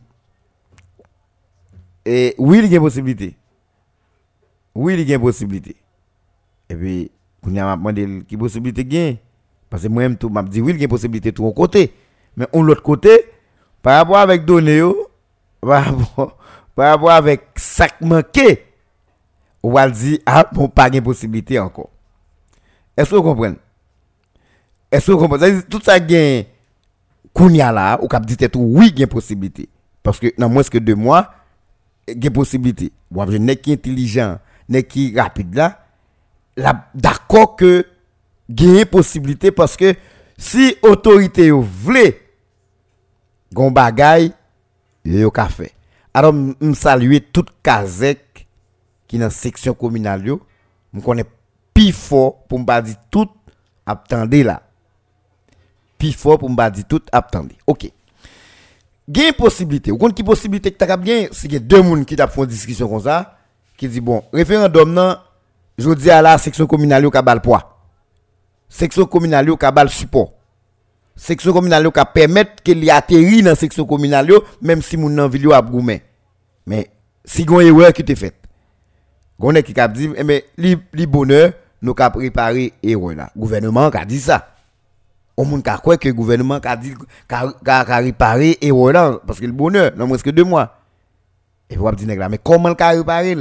et oui, il y a une possibilité. Oui, il y a une possibilité. Et puis, on a demandé qui possibilité gagne. Parce que moi-même, tout m'a dit oui, il y a une possibilité de tout côté. Mais on l'autre côté, par rapport avec données, par rapport, par rapport avec sac manqué, on va dire, ah, bon, pas de possibilité encore. Est-ce que vous comprenez? Est-ce que vous comprenez? Tout ça gagne, kounya là, ou cap dit tout, oui, il y a une possibilité. Parce que dans moins que deux mois, il y a une possibilité. Bon, je n'ai qui intelligent, n'est qui rapide là, là d'accord que gagner possibilité parce que si autorité yo vle gon bagay yo ka fait. Alors m saluer toute Kazek qui dans section communale yo, m connais pi fort pour m pas dire tout attendez là. Pi fort pour m pas dire tout attendez. OK. Gain possibilité, ou kon qui possibilité que t'a bien, c'est que deux moun qui t'a fait une discussion comme ça qui dit bon, référendum nan jodi à la section communale yo ka bal poids. Section communale yo ka bal support. Section communale yo ka permettre que li atterri dans section communale yo même si moun nan ville yo a goumen. Mais si gon erreur qui te fait. Gon qui ka dit mais li li bonheur nous ka préparer erreur là. Gouvernement ka dit ça. On moun ka croire que gouvernement ka dit ka ka réparer erreur là parce que le bonheur non moins que deux mois. Et vous dire là mais comment ka réparer?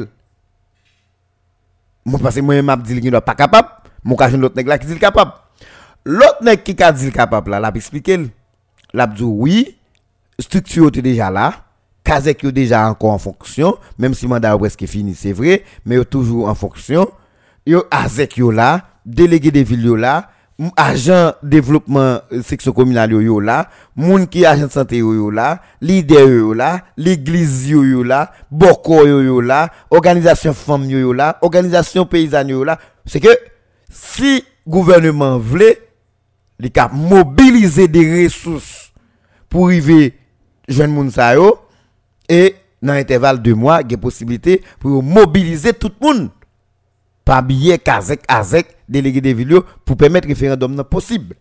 Moi parce que moi m'a dit qu'il doit pas capable. Mon cas l'autre nèg là qui dit capable. L'autre nèg qui a dit capable là, l'a expliqué. L'a dit oui, structure est déjà là, Kazek est déjà encore en fonction, même si mandat est presque fini, c'est vrai, mais est toujours en fonction. Yo Azek yo là, délégué des villes yo là, agent développement section communale yo là, moun qui agent santé yo là, leader yo là, l'église yo là, boko yo là, organisation femme yo là, organisation paysanne yo là. C'est que si le gouvernement voulait, il a mobiliser des ressources pour arriver jeune moun sa yo et dans l'intervalle de mois, il y a possibilité pour mobiliser tout le monde par billet Kazek Azek délégué des villes pour permettre référendum possible.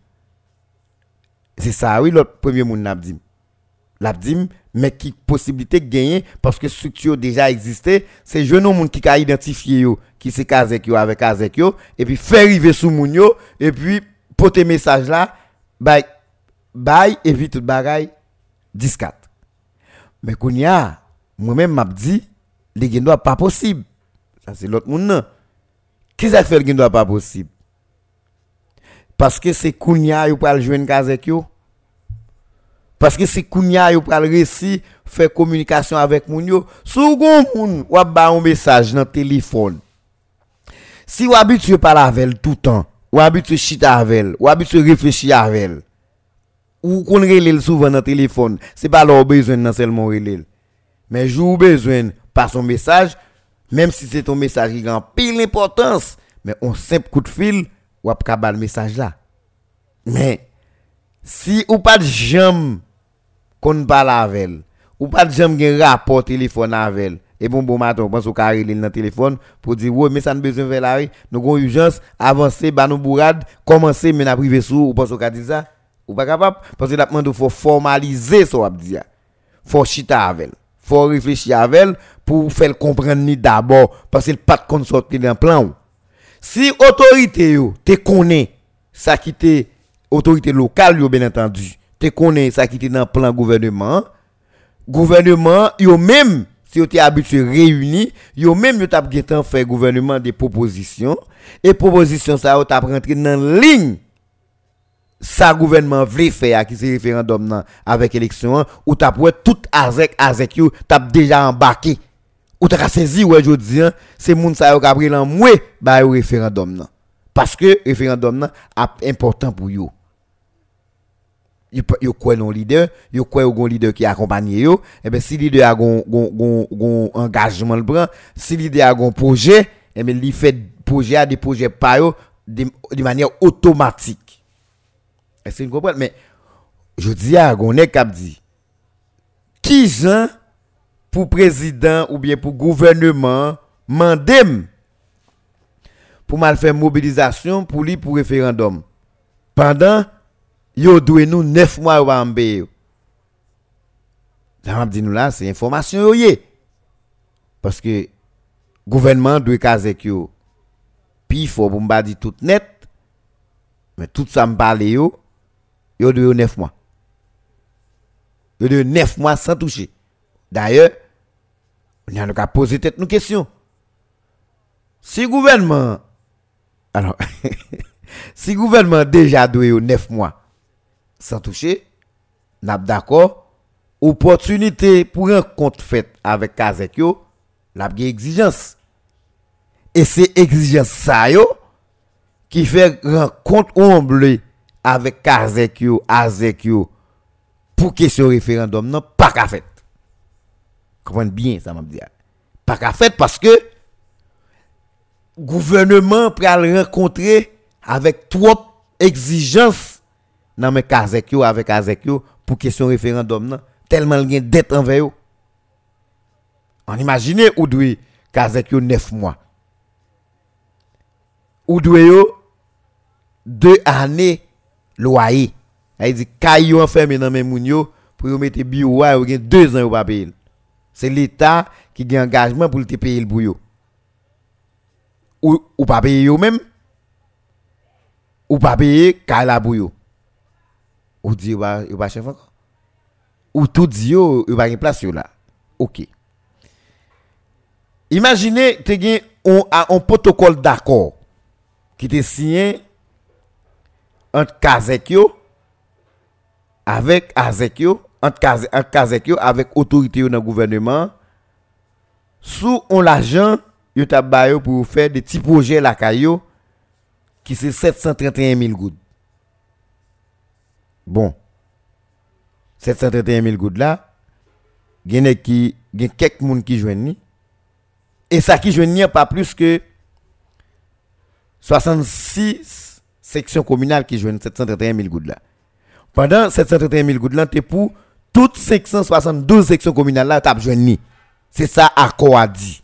C'est ça oui l'autre premier moun n'a dit. L'a dit mais qui possibilité de gagner parce que structure déjà existait, c'est jeune monde qui a identifié yo qui c'est Kazek yo avec Kazek yo et puis faire arriver sous moun yo et puis porter message là bye bye et puis tout bagaille dix quatre. Mais kounya moi-même m'a dit les gen doit pas possible. Ça c'est l'autre monde non. Qui ça fait le gen doit pas possible? Parce que c'est kounya yo pral joindre Kazek yo. Parce que c'est kounya yo pral réussi faire communication avec moun yo. Sou gon moun ou ba un message dans téléphone. Si ou habitué parler avec tout le temps, ou habitué chita avec, ou habitué réfléchir avec, ou qu'on relève souvent dans téléphone, c'est pas leur besoin non seulement relève. Mais jou besoin par son message, même si c'est ton message qui a pile importance, mais on simple coup de fil ou a ka le message là. Mais si ou pas de jambe qu'on parle avec, ou pas de jambe gen rapport téléphone avec, et bon bon matin on pense au carré dans le téléphone pour dire ouais mais ça ne besoin faire la nous avons urgence avancer ba nous bourade commencer mais na privé sous ou pense au dire ça ou pas capable parce que la demande faut formaliser ça on dire faut chita avec faut réfléchir avec pour faire comprendre ni d'abord parce qu'il pas de compte sortir dans plan si autorité yo te connaît ça qui te autorité locale yo bien entendu te connaît ça qui te dans plan gouvernement gouvernement yo même si vous êtes habitué réunis, yo même yo t'a getan fait gouvernement des propositions et propositions ça yo t'a rentré dans ligne ça gouvernement veut faire qui c'est référendum nan avec élection ou t'a pour tout avec avec yo t'a déjà embarqué ou t'a saisi ouais jodi c'est moun ça yo ka pris lan moué ba référendum nan parce que référendum nan important pour yo. Yo yo quoi non leader, yo quoi un leader qui accompagne yo, et ben si leader a gon gon gon gon engagement le prend, si leader a gon projet, et ben il fait projet à des projets par yo de, de manière automatique. Est-ce que vous comprenez? Mais je dis à gon nèg k'ap dit qui gens pour président ou bien pour gouvernement mandem pour mal faire mobilisation pour lui pour référendum pendant yo doué nous neuf mois ou en bé. Ça m'a dit nous là c'est information yo yé. Parce que gouvernement doit caser yo. Puis faut pour m'pa di tout net. Mais tout ça me parle yo yo doué neuf mois. Yo doué neuf mois sans toucher. D'ailleurs, on a qu'à poser tête nous question. Si gouvernement alors si gouvernement déjà doué neuf mois sans toucher, n'a d'accord, opportunité pour un compte fait avec Kazek yo, la gen exigence. Et c'est exigence ça yo qui fait rencontre omble avec Kazek yo, Azek yo pour question référendum non pas qu'à fait. Comprenez bien ça m'a dit. Pas qu'à fait parce que gouvernement pral rencontrer avec trop exigences nan men Kazek yo avec Azek yo pour question référendum nan tellement il y a dette envers yo. On imagine ou doit Kazek yo neuf mois. Ou doit yo deux années loyer. Il dit kay yo enfermé dans men moun yo pour yo mettre bio wa yo gen deux ans yo pa payer. C'est l'état qui gen engagement pour te payer pour yo. Ou ou pas payer yo même ou pas payer kay la pour yo. Ou dit yo va yo va chef encore ou tout dit yo yo va gen place yo là. OK. Imaginez te gen on a un protocole d'accord qui te signé entre Kazek yo avec Azek yo entre Kazek entre Kazek yo avec autorité yo dans gouvernement sous on l'argent yo t'a ba yo pour faire des petits projets la kayo qui c'est sept cent trente et un mille gouttes. Bon, sept cent trente et un mille gouttes là, gen qui gen quelques moun qui joignent ni et ça qui joignent pas plus que soixante-six sections communales qui joignent sept cent trente et un mille gouttes là. Pendant sept cent trente et un mille gouttes là, t'es pour toutes cinq cent soixante-douze sections communales là t'a joignent ni. C'est ça accord a dit.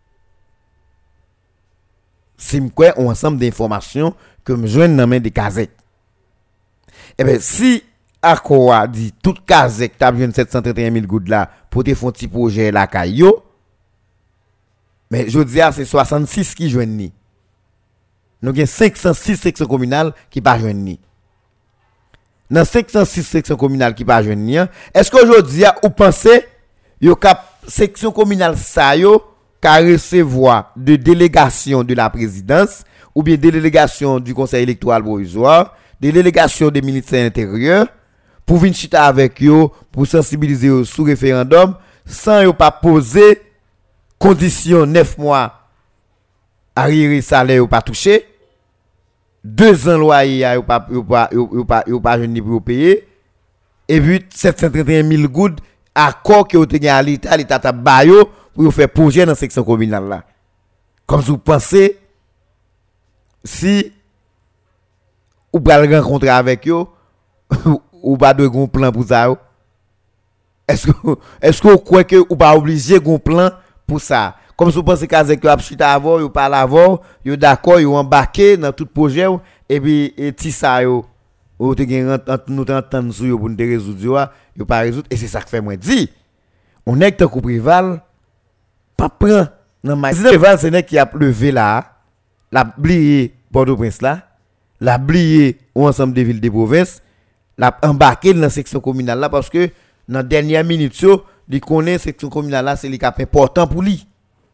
C'est quoi un ensemble d'informations que me joignent dans main des Kazek. Eh bien, si accord a dit tout Kazek t'a besoin de sept cent trente et un mille gouttes là pour te faire un petit projet la kayo, mais je dis c'est soixante-six qui joignent ni. Nous avons cinq cent six sections communales qui pas joignent ni. Dans cinq cent six sections communales qui pas joignent ni, est-ce qu'aujourd'hui vous pensez yo cap section communale ça yo ka recevoir de délégation de la présidence ou bien de délégation du conseil électoral provisoire, de délégation des ministères intérieurs pour venir chita avec yo pour sensibiliser yo sous référendum sans yo pas poser condition neuf mois arriéré salaire ou pas touché, deux ans loyer yo pas yo pas yo pas yo pas jeune pour payer et puis sept cent trente et un mille gouttes accord que vous avez à l'État, l'État t'a bayo pour faire projet dans la section communale là. Comme si vous pensez, si vous allez rencontrer avec eux, ou pas de un plan pour ça. Est-ce que est-ce que vous croyez que vous pas obligé un plan pour ça? Comme si vous pensez qu'avec vous avez chita avant, vous parlez avant, vous d'accord, vous embarqué dans tout projet et puis et ti ça yo ou te gen nous t'entendre sur yo pour nous résoudre yo pas résoudre et c'est ça que fait moi dit on est tant Préval pas prend dans ma Préval c'est nèg qui a levé là la blié Port-au-Prince là la blié ensemble des villes de province la embarqué dans la section communale là parce que dans dernière minute yo il connaît section communale là, c'est les cap important pour lui.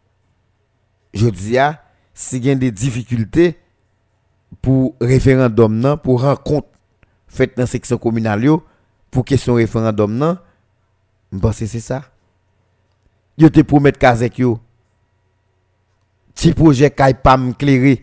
Je dis ah, s'il y a des difficultés pour référendum non, pour rencontre faite dans section communale yo, pour question référendum non, je pense que c'est ça. Yo te promettre Kazek yo. Ti projet kay pa m'clairer.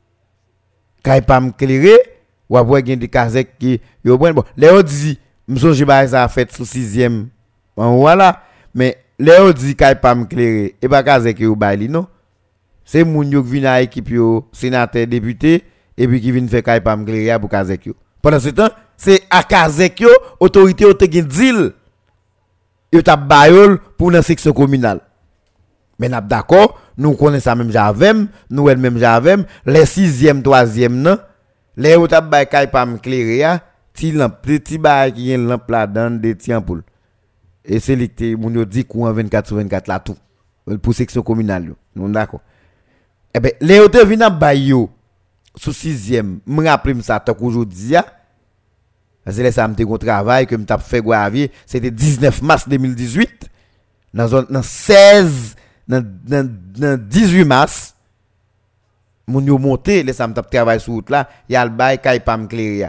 Kay pa m'clairer, ou après gen des Kazek qui yo bon bon. Léo dit m'songe ba ça fait sous sixième. Bon voilà, mais Léo dit kay pa m'clairer et pas Kazek yo ba li non. C'est moun yo qui vinn à équipe yo, sénateur député et puis qui vinn faire kay pa m'clairer pour Kazek yo. Pendant ce temps, c'est à Kazek yo autorité yo te gen deal. Yo t'a bayol pour dans section communale. Mais n'a d'accord, nous connaissons ça même j'avem, nous elle même j'avem, les sixième, troisième non, les yo t'a bay kay pa m'clairer, ti lampe, petit bay qui gen lampe là dedans des ti ampoule. Et c'est li te moun yo dit courant vingt-quatre sur vingt-quatre là tout pour section communale yo. Nous d'accord. Eh ben les yo te vinn bay yo sous sixième, me rappelle ça tant qu'aujourd'hui a. C'est là ça me travail que me t'a fait Goavier, c'était dix-neuf mars deux mille dix-huit dans zone dans seize dans dans, dans dix-huit mars moun yo monté, là ça me t'a travail sur route là, y a le bail kay pa m'clairer.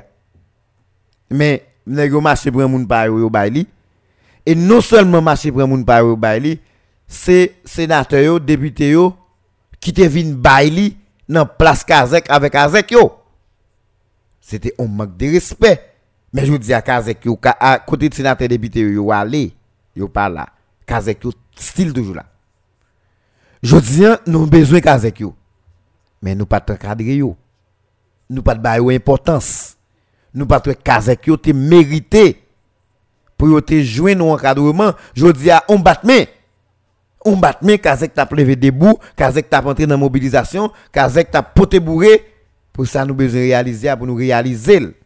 Mais nèg yo marché prend moun pa yo bay li. Et non seulement marché prend moun pa yo bay li, c'est sénateur yo, député yo qui te vinn bay li dans place Kazek avec Kazek yo. C'était un manque de respect. Mais je dis à Kazek yo à côté de sénateur député yo aller, yo pas là. Kazek yo style toujours là. Je dis nous besoin Kazek yo. Mais nous pas encadrer yo. Nous pas ba yo importance. Nous pas Kazek yo te mérité pour yo te joindre encadrement. Je dis à on batme. On batme Kazek t'a levé debout, Kazek t'a entré dans mobilisation, Kazek t'a poté bourré pour ça nous besoin réaliser pour nous réaliser.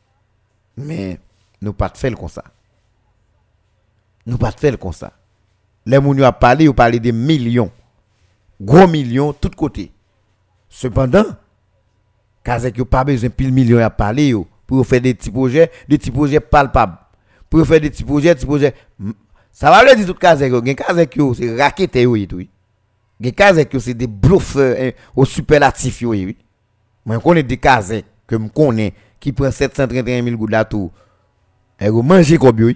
Mais nous pas faire comme ça. Nous pas faire comme ça. Les moun yo a parlé, yo parlé de millions. Gros millions tout côté. Cependant, Kazek yo pas besoin pile millions à parler yo pour faire des petits projets, des petits projets palpables. Pour faire des petits projets, des petits projets ça va le dire tout Kazek yo, gen Kazek yo c'est raquette yo tout. Gen Kazek yo c'est des bluffeurs hein, au superlatif yo oui. Moi connais des Kazek que me connais qui prend sept cent trente et un mille gouttes là tout. Et go manger comme yo.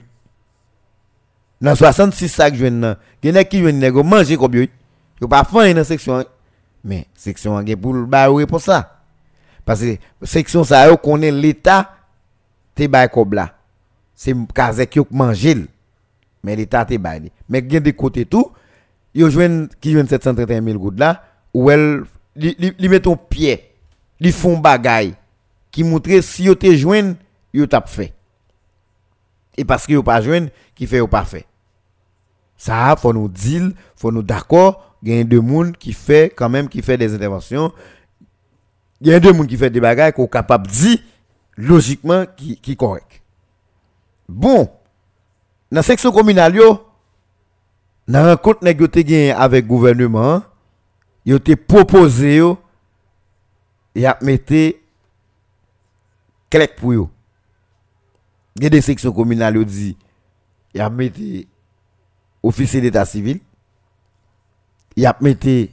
Dans soixante-six sacs joine nan, gen qui joine nèg go manger comme yo. Yo pas faim dans section mais section gen pour ba pour ça. Parce que section ça yo connaît l'état te bay comme là. C'est Kazek yo manger. Mais l'état te bay. Mais gen de côté tout, yo joine qui joine sept cent trente et un mille gouttes là ou elle li, li, li met ton pied, li font bagay qui montre si yo te joine, yo t'a fait. Et parce que yo pas joine, qui fait yo pas fait. Ça faut nous dire, faut nous d'accord, il y a deux monde qui fait quand même qui fait des interventions. Il y a deux monde qui fait des bagages qu'on capable dire logiquement qui qui correct. Bon, dans section communale yo, dans rencontre nèg yo te gen avec gouvernement, yo te proposé yo y a mette clé pour yo. Il y a des sections communales yo dit y a mette officier d'état civil, y a mette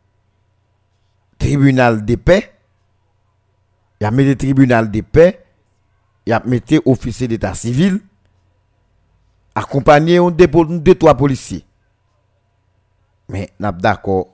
tribunal de paix, y a mette tribunal de paix, y a mette officier d'état civil accompagné on dépôt de trois policiers. Mais n'a d'accord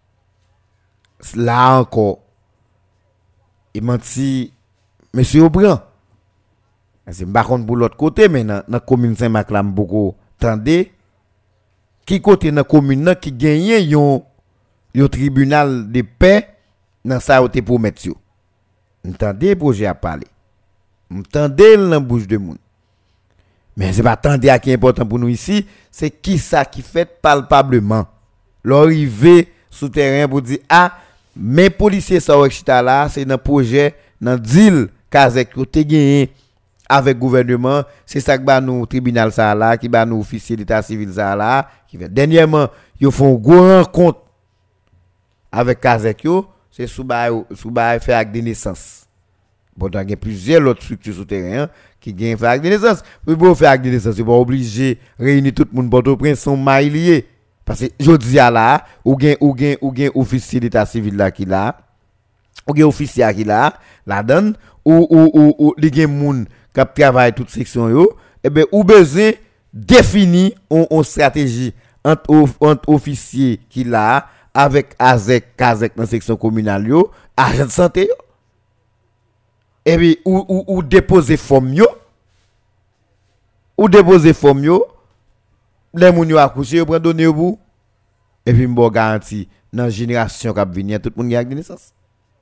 là encore il menti monsieur Aubran. C'est pas contre pour l'autre côté mais dans la commune Saint-Marc là beaucoup tendez qui côté dans commune là qui gagne yon yon tribunal de paix dans ça te promettre yo. Entendez projet à parler. Entendez dans bouche de monde. Mais c'est pas attendre à qui est important pour nous ici, c'est qui ça qui fait palpablement. L'arrivée sous terrain pour dire ah mes policiers ça chita là, c'est dans projet dans deal Kazek yo te gagné avec gouvernement, c'est ça que ba nous tribunal ça là, qui ba nous officier d'état civil ça là, qui fait dernièrement, ils font gros rencontre avec Kazek yo, c'est sous ba sous ba faire avec des naissances. Bon, il y a plusieurs autres structures souterraines qui gagnent fait acte de naissance. Mais pour faire acte de naissance, c'est pas obligé de réunir tout le monde pour Port-au-Prince sont maillés. Parce que je dis à là, ou gain ou gain ou gain officier d'état civil là qui là, ou gain officier qui là, la donne ou ou ou ou les gain moun qui travaille toute section yo, et ben ou besoin définir une stratégie entre entre officier qui là avec Azek, Kazek dans section communale yo, agent de santé yo. Et puis ou ou ou déposer forme yo, ou déposer forme yo, les moun yo accoucher yo prend donner pour et puis m'bo garanti dans génération qui venir tout monde y a de naissance.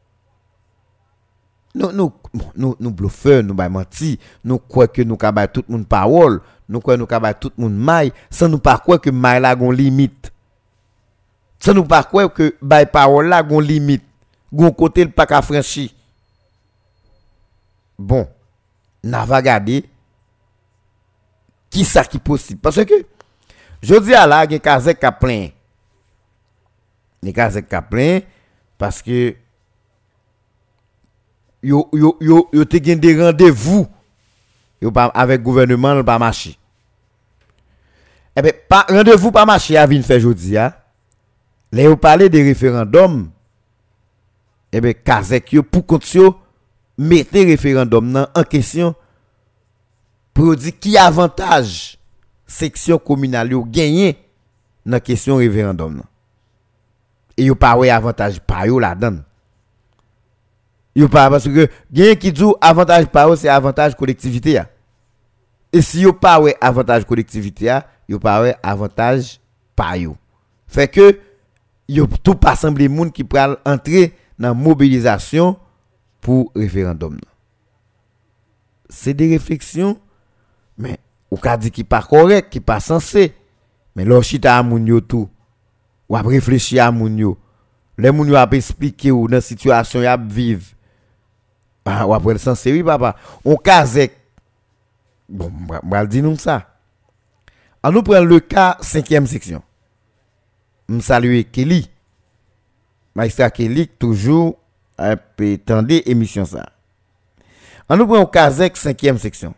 Nous nous nous nous bluffeurs, nous ba menti, nous croit que nous ka ba tout monde parole, nous croit nous ka ba tout monde maille, sans nous pas croire que maille la gon limite. Sans nous pas croire que ba parole la gon limite, gon côté le pas ka franchi. Bon, n'a va regarder qui ça qui possible parce que je dis à la gen Kazek ka plein. Les Kazek ka plein parce que yo yo yo yo te gen des rendez-vous yo pas avec gouvernement pas marché. Eh ben pas rendez-vous pas marché a vinn faire jodi a. Là yo parler de référendum. Eh ben Kazek yo pour compte yo mettez référendum nan en question pour dire qui avantage section communale yo gagné dans question référendum nan. Et yo pas ouais avantage pa yo la donne. Yo pas parce que gagne qui dit avantage pa yo c'est avantage collectivité ya. Et si yo pas ouais avantage collectivité ya, yo pas ouais avantage pa yo. Fait que yo tout pas semblé monde qui pral entrer dans mobilisation pour référendum. C'est des réflexions mais ou ka dit qui pas correct, qui pas censé. Mais l'orchita a moun yo tout. Ou a réfléchir à moun yo. Les moun yo a expliquer ou dans situation y a vivre. Ah ou après censé oui papa. On Kazek. Bon, on va dire nous ça. On nous prend le cas cinquième section. M saluer Kelly. Maître Kelly toujours un peu tendez émission ça. On nous prend au Kazek cinquième section.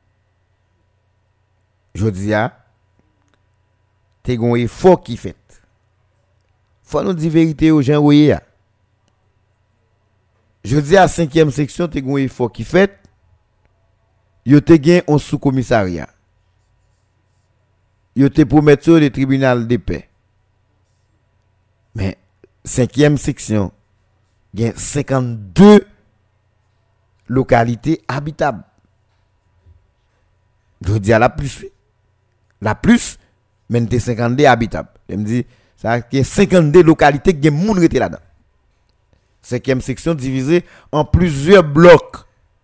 Jodi a te gon effort qui fait. Faut nous dire vérité aux gens voyez. Jodi a cinquième section te gon effort qui fait. Yo te gen un sous-commissariat. Yo te promettre le tribunal de paix. Mais cinquième section gen cinquante-deux localités habitables. Je dis à la plus la plus men te cinquante-deux habitables. Je me dis ça que cinquante-deux localités qui moun rete là-dedans. Cinquième section divisée en plusieurs blocs.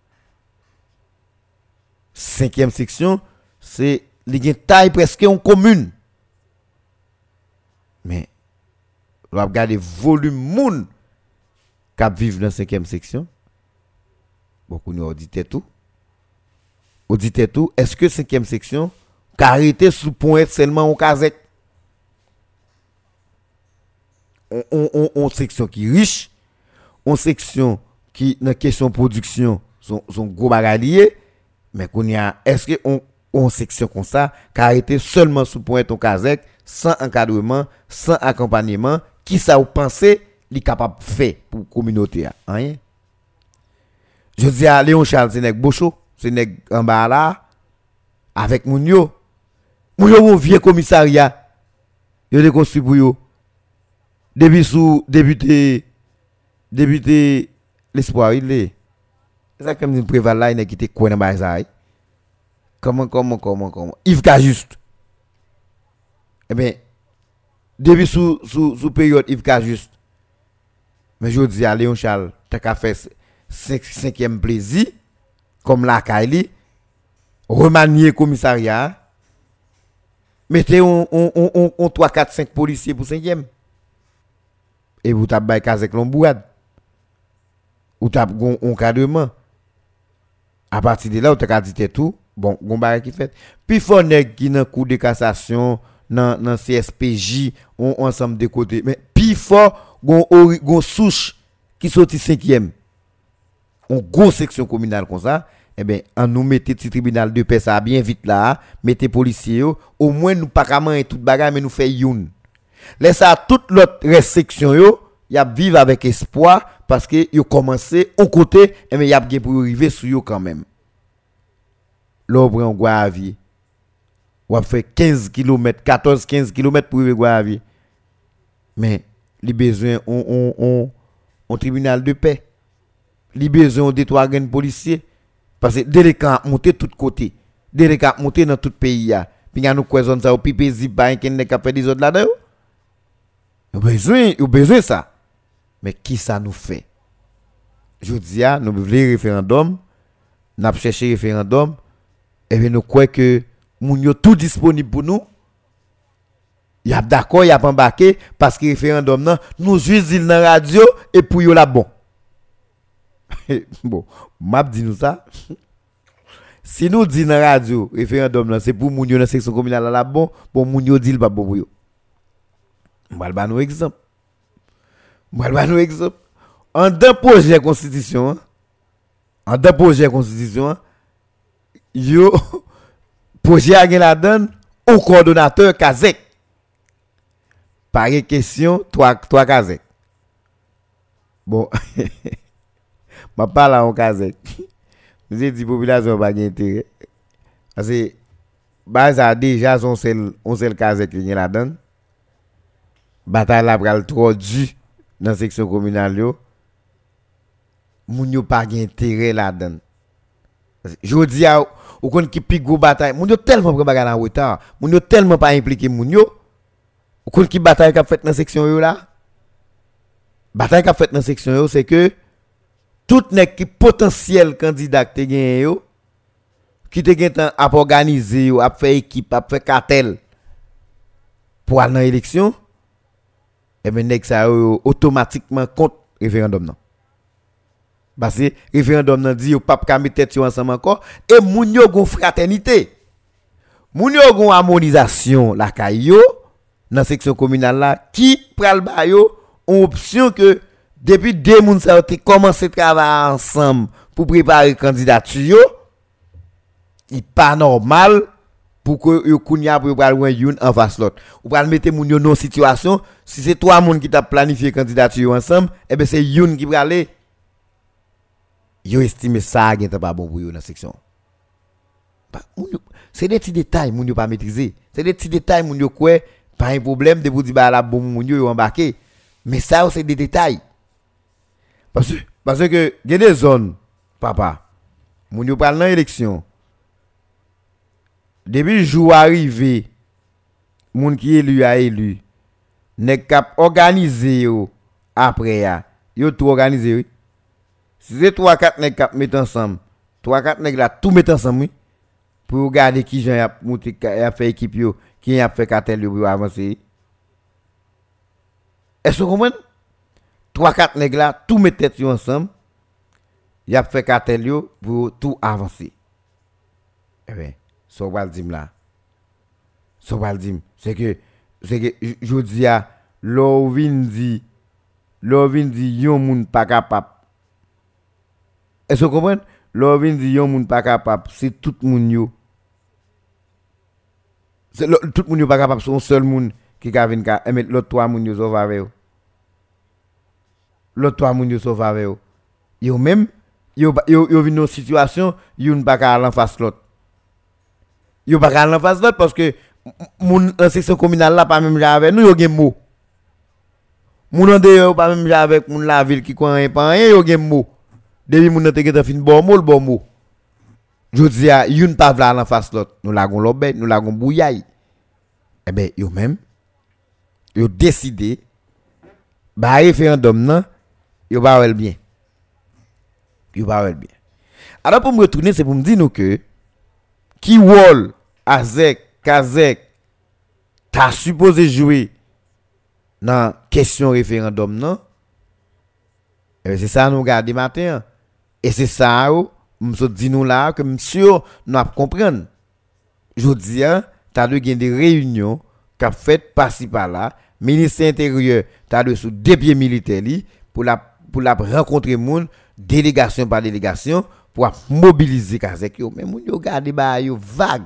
Cinquième section c'est li taille presque en commune. Mais on va regarder volume moun qui vivent dans cinquième section. Beaucoup nous auditer tout. Auditer tout, est-ce que cinquième section carité sous point seulement au Kazek? On on on, on section qui riche, on section qui dans question production sont sont gros bagalier, mais qu'on y a est-ce que on on section comme ça carité seulement sous point au Kazek sans encadrement, sans accompagnement, qui ça vous pensez li capable faire pour communauté rien. Je dis à Léon Charles c'est nèg Bocho, c'est nèg en bas là avec moun yo. Moun yo un vieux commissariat. Yo de construit pour yo. Depuis sous débuté débuté l'espoir il est. C'est ça comme dit préval là il qui était quoi dans bazar. Comment comment comment comment Yves Cajuste. Eh ben depuis sous sous sous période Yves Cajuste. Mais je dis à Léon Charles t'as qu'à faire cinquième plaisir comme la Kaili remanier commissariat mettez on on on on trois quatre cinq policiers pour cinquième et vous t'a bail Kazek Lombouade ou t'a gon encadrement à partir de là ou t'a dit tout bon gon bail qui fait puis faut nèg qui dans cour de cassation dans dans C S P J on ensemble de côté mais puis faut gon gon souche qui sorti cinquième. une grosse section communale comme ça, eh ben on nous mettez petit tribunal de paix ça bien vite là, mettez policiers yo, au moins nous pas comment toute bagarre mais nous fait youn. Laisse ça toute l'autre restriction yo, y a vivre avec espoir parce que yo commencé au côté et mais y a bien pour arriver sur yo quand même. L'obre en Guavi. Ou a fait quinze kilomètres, quatorze quinze kilomètres pour arriver à Guavi. Mais les besoins on on on on tribunal de paix. Les besoins de trois gains policiers parce que dès les camps monter tout côté, dès les camps monter dans tout pays là. Puis y a nous quoi zone ça au pipe zip ba qui n'est capable des autres là-dedans. Yo besoin, yo besoin ça. Mais qui ça nous fait? Je dis à nous voulons référendum, n'a cherché référendum et bien nous croyons que moun yo tout disponible pour nous. Y a d'accord, y a pas embarqué parce que référendum nan nous juste dit dans radio et pour yo là bon. Bon, m'a dit nous ça. Si nous dit dans radio référendum là c'est pour moun yo dans section communale là bon, bon moun yo dit pas bon pour yo. M'al ba nou exemple. M'al ba nou exemple. En deux projets constitution, en deux projets constitution, yo projet a gen la donne au coordonnateur Kazek. Par question trois trois Kazek. Bon, m'a parle en Kazek. Vous avez dit population pas gen intérêt. Parce que bah ça déjà son seul on seul Kazek qui gen la donne. Bataille la pral trop du dans section communale yo. Moun yo pas gen intérêt là-dedans. Jodi a ou kon ki pi gros bataille, moun yo tellement prend bagarre en retard, moun yo tellement pas impliqué moun yo. Ou kon ki bataille qu'a fait dans section yo là. Bataille qu'a fait dans section yo c'est que tout nek ki potentiel candidat te gen yo qui te gen temps à organiser yo, à faire équipe, à faire cartel pour aller dans élection. Et bien nek ça automatiquement contre référendum non. Parce que référendum nan dit yo pas ka mettre tête ensemble encore et moun yo gon fraternité. Moun yo gon harmonisation la kay yo dans section communale là qui pral ba yo une option que depuis deux moun ça ont commencé travailler ensemble pour préparer candidature yo. Il pas normal pour que yo kounya pour pral loin youn en face l'autre. Ou pral mettre moun yo non situation, si c'est trois moun qui t'a planifié candidature ensemble, et ben c'est youn qui pral aller. Yo estime ça gen pas bon pour yo dans section. C'est des petits détails moun yo pas maîtriser. C'est des petits détails moun yo quoi pas un problème de vous dire bah la bon moun yo embarqué. Mais ça c'est des détails. Parce que parce que il y a des zones papa. Moun yo pral dans élection. Depuis jour arrivé, moun qui élu a élu, n'est cap organiser yo après ya, yo tout organiser oui. Si c'est trois quatre nèg cap mettre ensemble, trois quatre nèg là tout mettre ensemble oui, pour regarder qui gens a monter a fait équipe yo, qui a fait cartel yo pour avancer. Est-ce que vous comprenez? trois quatre nèg là tout mettre tête yo ensemble, y a fait cartel yo pour tout avancer. Eh ben so va le dire là. So va le dire, c'est que c'est que je dis à l'o vin dit l'o vin dit yon moun pas capable. Est-ce que vous comprenez? L'o vin dit yon moun pas capable, c'est tout moun yo. C'est tout moun yo pas capable, c'est un seul moun qui ka vinn ka mettre l'autre trois moun yo sauve avec yo. L'autre trois moun yo sauve avec yo. Yo même yo yo yo vinn dans situation yon pas ka en face l'autre. Yo pas ka en face l'autre parce que moun en section communale là pas même avec nous yo gen mot. Moun en dehors pas même avec moun la ville qui connaît pas rien yo gen mot. Depuis moun te gen fin bon mot bon mot. Je dis a yon pas vla en face l'autre. Nous la gon lobet, nous la gon bouyaille. Eh ben yo même yo décidé ba référendum nan yo ba wel bien. Yo ba wel bien. Alors pour me retourner c'est pour me dire nous que qui wol Azek Kazek t'as supposé jouer dans question référendum non et c'est ça nous garder matin et c'est ça m'so dit nous là que monsieur nous a comprendre je dis hein t'as de gain des réunions qu'a fait par-ci par-là ministre intérieur t'as de sous deux pieds militaires li pour la pour la rencontrer monde délégation par délégation pour mobiliser Kazek yo. Mais moun yo gade ba yo vague.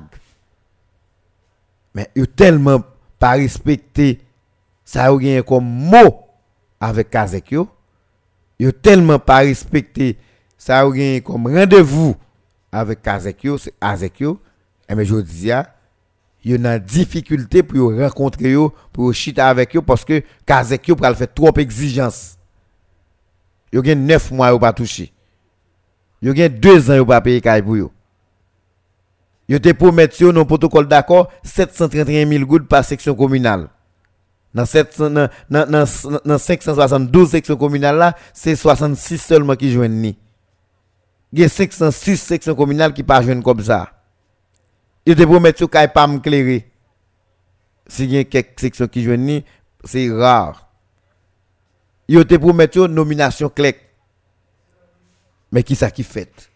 Mais yo tellement pas respecté ça yo gen comme mot avec Kazek yo. Yo tellement pas respecté ça yo gen comme rendez-vous avec Kazek yo, c'est Azek yo. Et mais jodi a yo nan difficulté pour yo rencontrer yo, pour chita avec yo parce que Kazek yo pral faire trop exigence. Yo gen neuf mois yo pas touché. Yo gen deux ans yo pas payer kay pour yo. Yo te promet yo non protocole d'accord sept cent trente et un mille gouttes par section communale. Dans sept cents dans dans dans cinq cent soixante-douze sections communales là, c'est soixante-six seulement qui joignent ni. Il y a cinq cent six sections communales qui pas joignent comme ça. Yo te promet yo kay pas m'éclairer. Si il y a quelques sections qui joignent ni, c'est rare. Yo te promet yo nomination clé. Mais qui ça qui fait?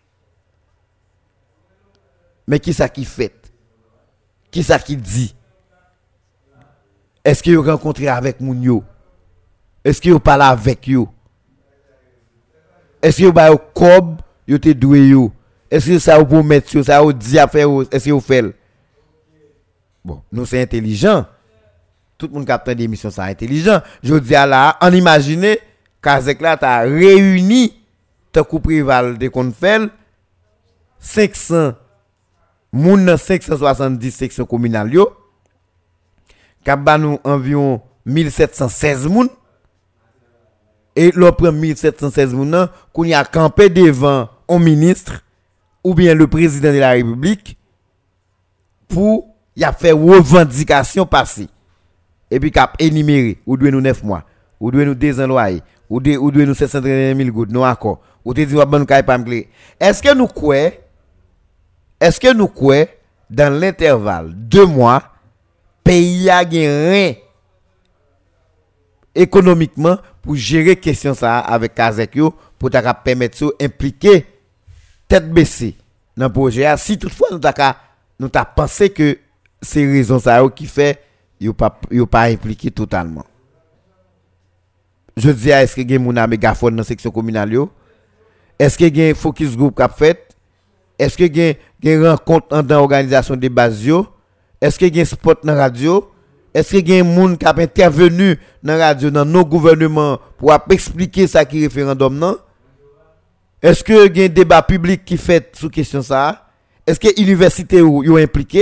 Mais qui ça qui fait? Qui ça qui dit? Est-ce que vous rencontrez avec moun yo? Est-ce que vous parlez avec yo? Est-ce que vous ba yo kob yo te doué yo? Est-ce que ça vous promet yo, ça vous dit à faire, est-ce que vous fait? Bon, nous c'est intelligent. Tout le monde qui a des émissions ça intelligent. Je dis à là, on imagine Kazek là t'a réuni ta coup prival de qu'on fait cinq cents moun dans cinq cent soixante-dix sections communales yo. K'ap ba nou environ mille sept cent seize moun et l'on prend mille sept cent seize moun nan qu'on y a campé devant un ministre ou bien le président de la République pour y a fait revendication passée et puis k'ap énuméré ou doit nous neuf mois ou doit nous deux ans loyer ou doit ou doit nous sept cent trente et un mille gouttes non accord ou te dit wa ban kay pa m'clé. Est-ce que nous croyons est-ce que nous croyons dans l'intervalle deux mois pays a rien économiquement pour gérer question ça avec Kazek yo pour ta permettre yo impliquer tête baissée dans projet si toutefois nous ta nous ta pensé que c'est raison ça qui fait yo pas yo pas impliqué totalement. Je dis est-ce que gen moun a mégaphone dans section communale yo? Est-ce que gen focus group qu'a fait? Est-ce que gen gen rencontre dans organisation de base yo? Est-ce que gen spot dans radio? Est-ce que gen moun qui a intervenu dans radio dans nos gouvernements pour expliquer ça qui référendum non? Est-ce que gen débat public qui fait sous question ça? Est-ce que université yo impliqué?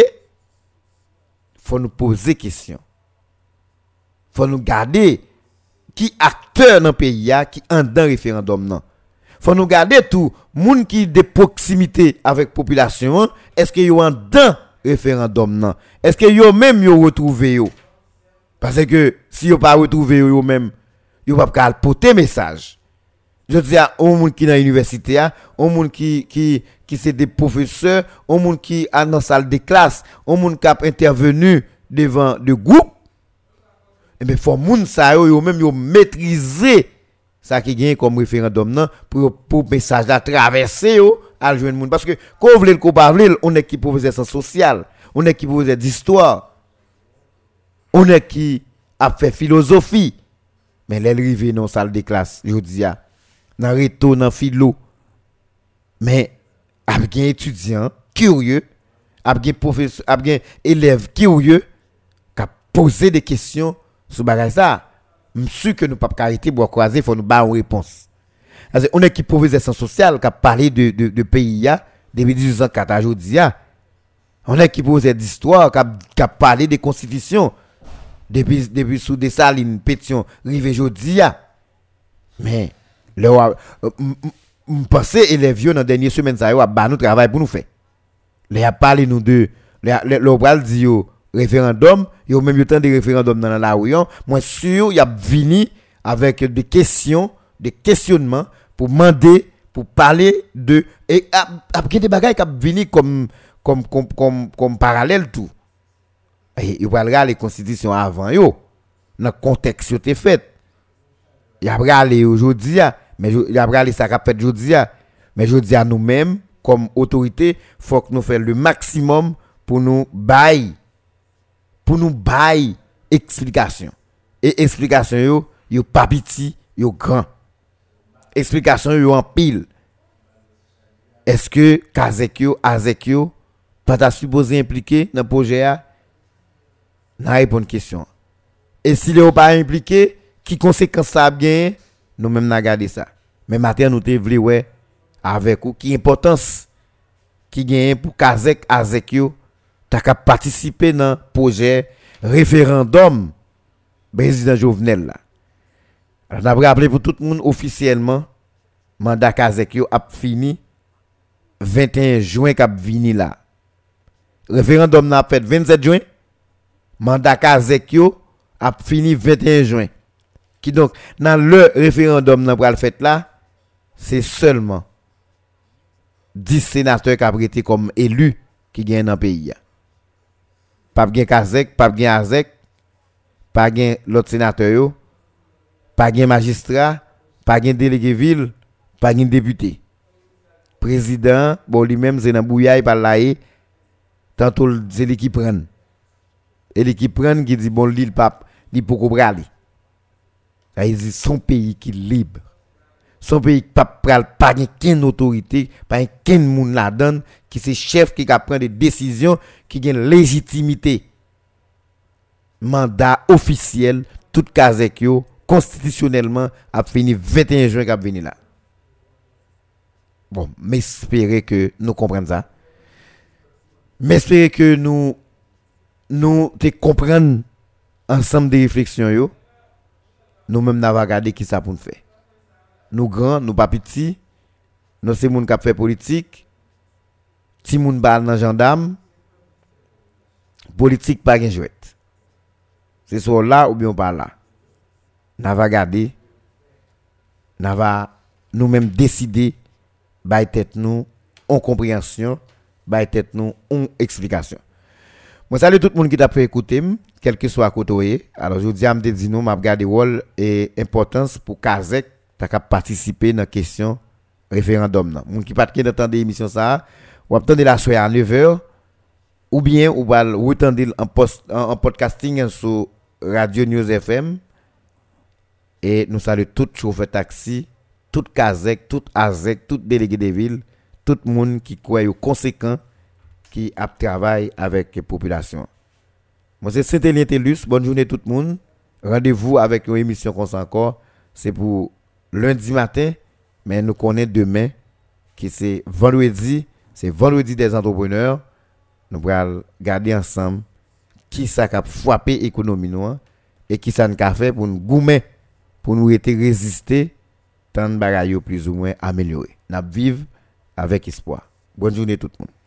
Faut nous poser question. Faut nous garder qui acteur dans pays a qui en dans référendum non. Faut nous garder tout moun qui de proximité avec population, est-ce que yo en dans référendum non? Est-ce que yo même yo retrouvé yo? Parce que si yo pas retrouvé yo, yo même yo pas ka porter message. Je dis à un monde qui dans université a, un monde qui qui qui c'est des professeurs, un monde qui a dans salle de classe, un monde qui a intervenu devant de groupe. Et bien faut monde ça yo, yo même yo maîtriser ça qui gagne comme référendum non pour pour message la traverser yo à joindre monde parce que quand vous voulez ko pas voulez on est qui professeur sciences sociales, on est qui professeur d'histoire, on est qui a fait philosophie mais les rivé dans salle de classe je dis a dans réto dans philo mais a bien étudiant curieux a bien professeur a bien élève curieux qui a posé des questions sur bagage ça. Monsieur que nous pas arrêter bois croiser faut nous ba une réponse. Parce on est qui professeur sciences sociales qui a parlé de de de pays a depuis dix-huit cent quatre à aujourd'hui a. On est qui professeur d'histoire qui a, qui a parlé de constitution depuis depuis sous des salines pétion rive aujourd'hui a. Mais le m penser élèves yo dans dernière semaine ça yo a ba nous travail pour nous faire. Les a parlé nous de le le bral dit yo référendum, yo même temps de référendum dans la rue, moi sûr y a vini avec des questions, des questionnements pour demander, pour parler de et après des bagages qui vini comme comme comme comme comme parallèle tout. Et il va regarder les constitutions avant yo dans contexte yo te fait. Il a regarder aujourd'hui mais il a regarder ça qu'a fait aujourd'hui mais je dis à nous-mêmes comme autorité, faut que nous fassions le maximum pour nous bailler pour nous bailler explication et explication yo yo pas petit yo grand explication yo en pile. Est-ce que Kazek yo, Azek yo pas ta supposé impliqué dans projet a? N'a répondre question. Et s'il est pas impliqué, qui conséquence ça a bien, nous même n'a garder ça. Mais matin nous te vle ouais avec ou qui importance qui gagne pour Kazek Azek yo ta ka participer dans projet référendum président Jovenel là. Alors n'a rappelé pour tout le monde officiellement mandat Kazek yo a fini vingt et un juin qu'a vini là. Référendum n'a fait vingt-sept juin. Mandat Kazek yo a fini vingt et un juin. Qui donc dans le référendum n'a pas le fait là, c'est seulement dix sénateurs qui ont été comme élus qui gagnent dans le pays. Pas gen Kazek, pas gen Azek, pas gen l'autre sénateur yo, pas gen magistrat, pas gen délégué ville, pas gen député. Président, bon lui-même c'est dans bouillay par là tantôt c'est lui qui prend. Et lui qui prend qui dit bon l'île pape, il peut ko braler. Ça il dit son pays qui libre. Son pays pas pral pas aucune autorité, pas aucun monde la donne qui c'est chef qui a prendre des décisions qui gagne légitimité. Mandat officiel tout Kazek yo constitutionnellement a fini vingt et un juin qu'a venir là. Bon, m'espérer que nous comprenons ça. M'espérer que nous nous te comprendre ensemble des réflexions yo. Nous même n'avons regardé qui ça pour nous faire. Nous grands, nous pas petits, nous c'est moun qui fait politique. Ti moun bal nan gendarme. Politique pas gen jouette. C'est soit là ou bien pas là. N'a va regarder. N'a va nous même décider bay tête nous en compréhension, bay tête nous en explication. Moi salut tout le monde qui t'a fait écouter, quel que soit à côté. Alors je dis à me dire nous m'a regarder rôle et importance pour Kazek t'a cap participer dans question référendum là. Moun qui pas qui entendre émission ça, ou attendre la soirée à neuf heures ou bien ou va retendre en post en, en podcasting sur Radio News F M. Et nous saluons tout chauffeur taxi, tout Kazek, tout Azek, tout délégué de ville, tout le monde qui croit au conséquent qui a travaillé avec la population. Moi c'est Saint-Élien Tellus, bonne journée tout le monde. Rendez-vous avec une émission comme ça encore, c'est pour lundi matin, mais nous connaissons demain qui c'est vendredi, c'est vendredi des entrepreneurs. Nous allons garder ensemble qui ça a frappé l'économie nous et qui ça a fait pour nous goumer, pour nous être résister tant de bagailles plus ou moins améliorées. Nous vivons avec espoir. Bonne journée tout le monde.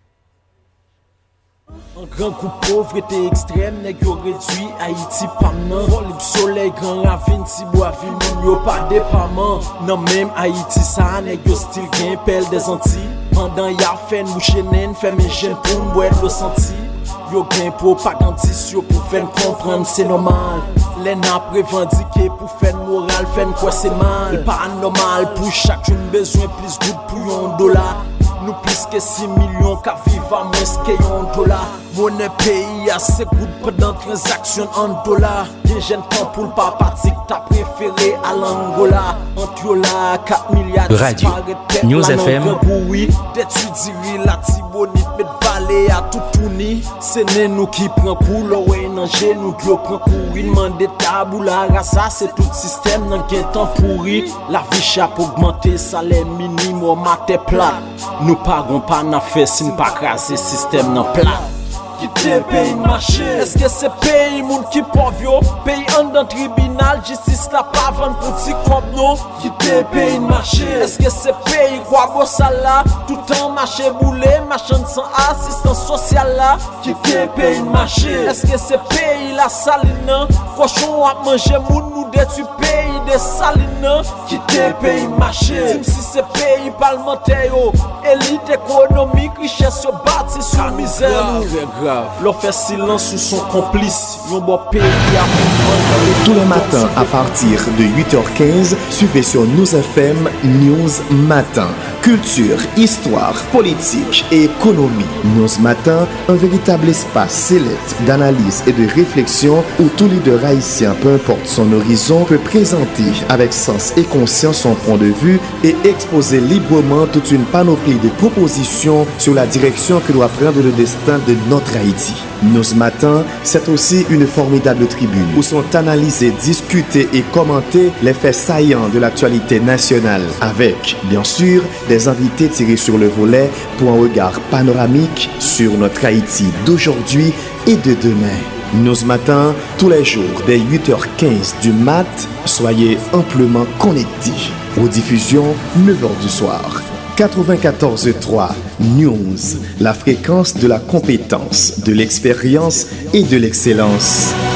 Un grand coup pauvreté extrême, nèg yo réduit Haïti pas nan. Vol soleil grand ravine, si bois ville moun yo pas dépament. Nan même Haïti ça nèg yo style gen pelle des Antilles. Pendant y'a fait mouche nen, fait mes jeunes pour m'boire le senti. Yo gen propagandiste yo pour faire comprendre c'est normal. Les n'a prévendiqué pour faire moral, faire quoi c'est mal. Pas normal pour chacun besoin plus good pour un dollar. Nous plus que six millions qu'à vivre à moins que un dollar. Monnaie pays assez good pendant transaction en dollars. Des jeunes temps pour le papatique t'as préféré à l'Angola. Entre là quatre milliards Radio News F M. Oui, d'étudier la Tibonite, mais valer à tout tourner. C'est nous qui prend pour l'oreille, non j'ai nous qui prend pour il demande tabou la rasa, c'est tout système dans gain temps pourri. La vie chape augmenter, salaire minimum maté plat. Nous pagons pas n'a fait si nous pas craser système dans plat. Quitter pays marché. Est-ce que c'est pays moun qui pauvre? Pays en dans tribunal, justice la pas vendre pour ti comme non. Quitter pays marché. Est-ce que c'est pays quoi beau ça là? Tout temps marché boulé, machin sans assistance sociale là. Quitter pays marché. Est-ce que c'est pays la saline? Cochon à manger moun nous détruit pays de saline. Quitter pays marché. Dim si c'est pays parlementaire, élite économique, richesse bâtie sur misère. Leur fait silence sous son complice. Tous les matins à partir de huit heures quinze, suivez sur News F M News Matin. culture, histoire, politique et économie. News Matin, un véritable espace sélect d'analyse et de réflexion où tout leader haïtien, peu importe son horizon, peut présenter avec sens et conscience son point de vue et exposer librement toute une panoplie de propositions sur la direction que doit prendre le destin de notre Haïti. News Matin, c'est aussi une formidable tribune où sont analysés, discutés et commentés les faits saillants de l'actualité nationale avec, bien sûr, des invités tirés sur le volet pour un regard panoramique sur notre Haïti d'aujourd'hui et de demain. News Matin, tous les jours dès huit heures quinze du mat, soyez amplement connectés. Rediffusion neuf heures du soir. quatre-vingt-quatorze trois News, la fréquence de la compétence, de l'expérience et de l'excellence.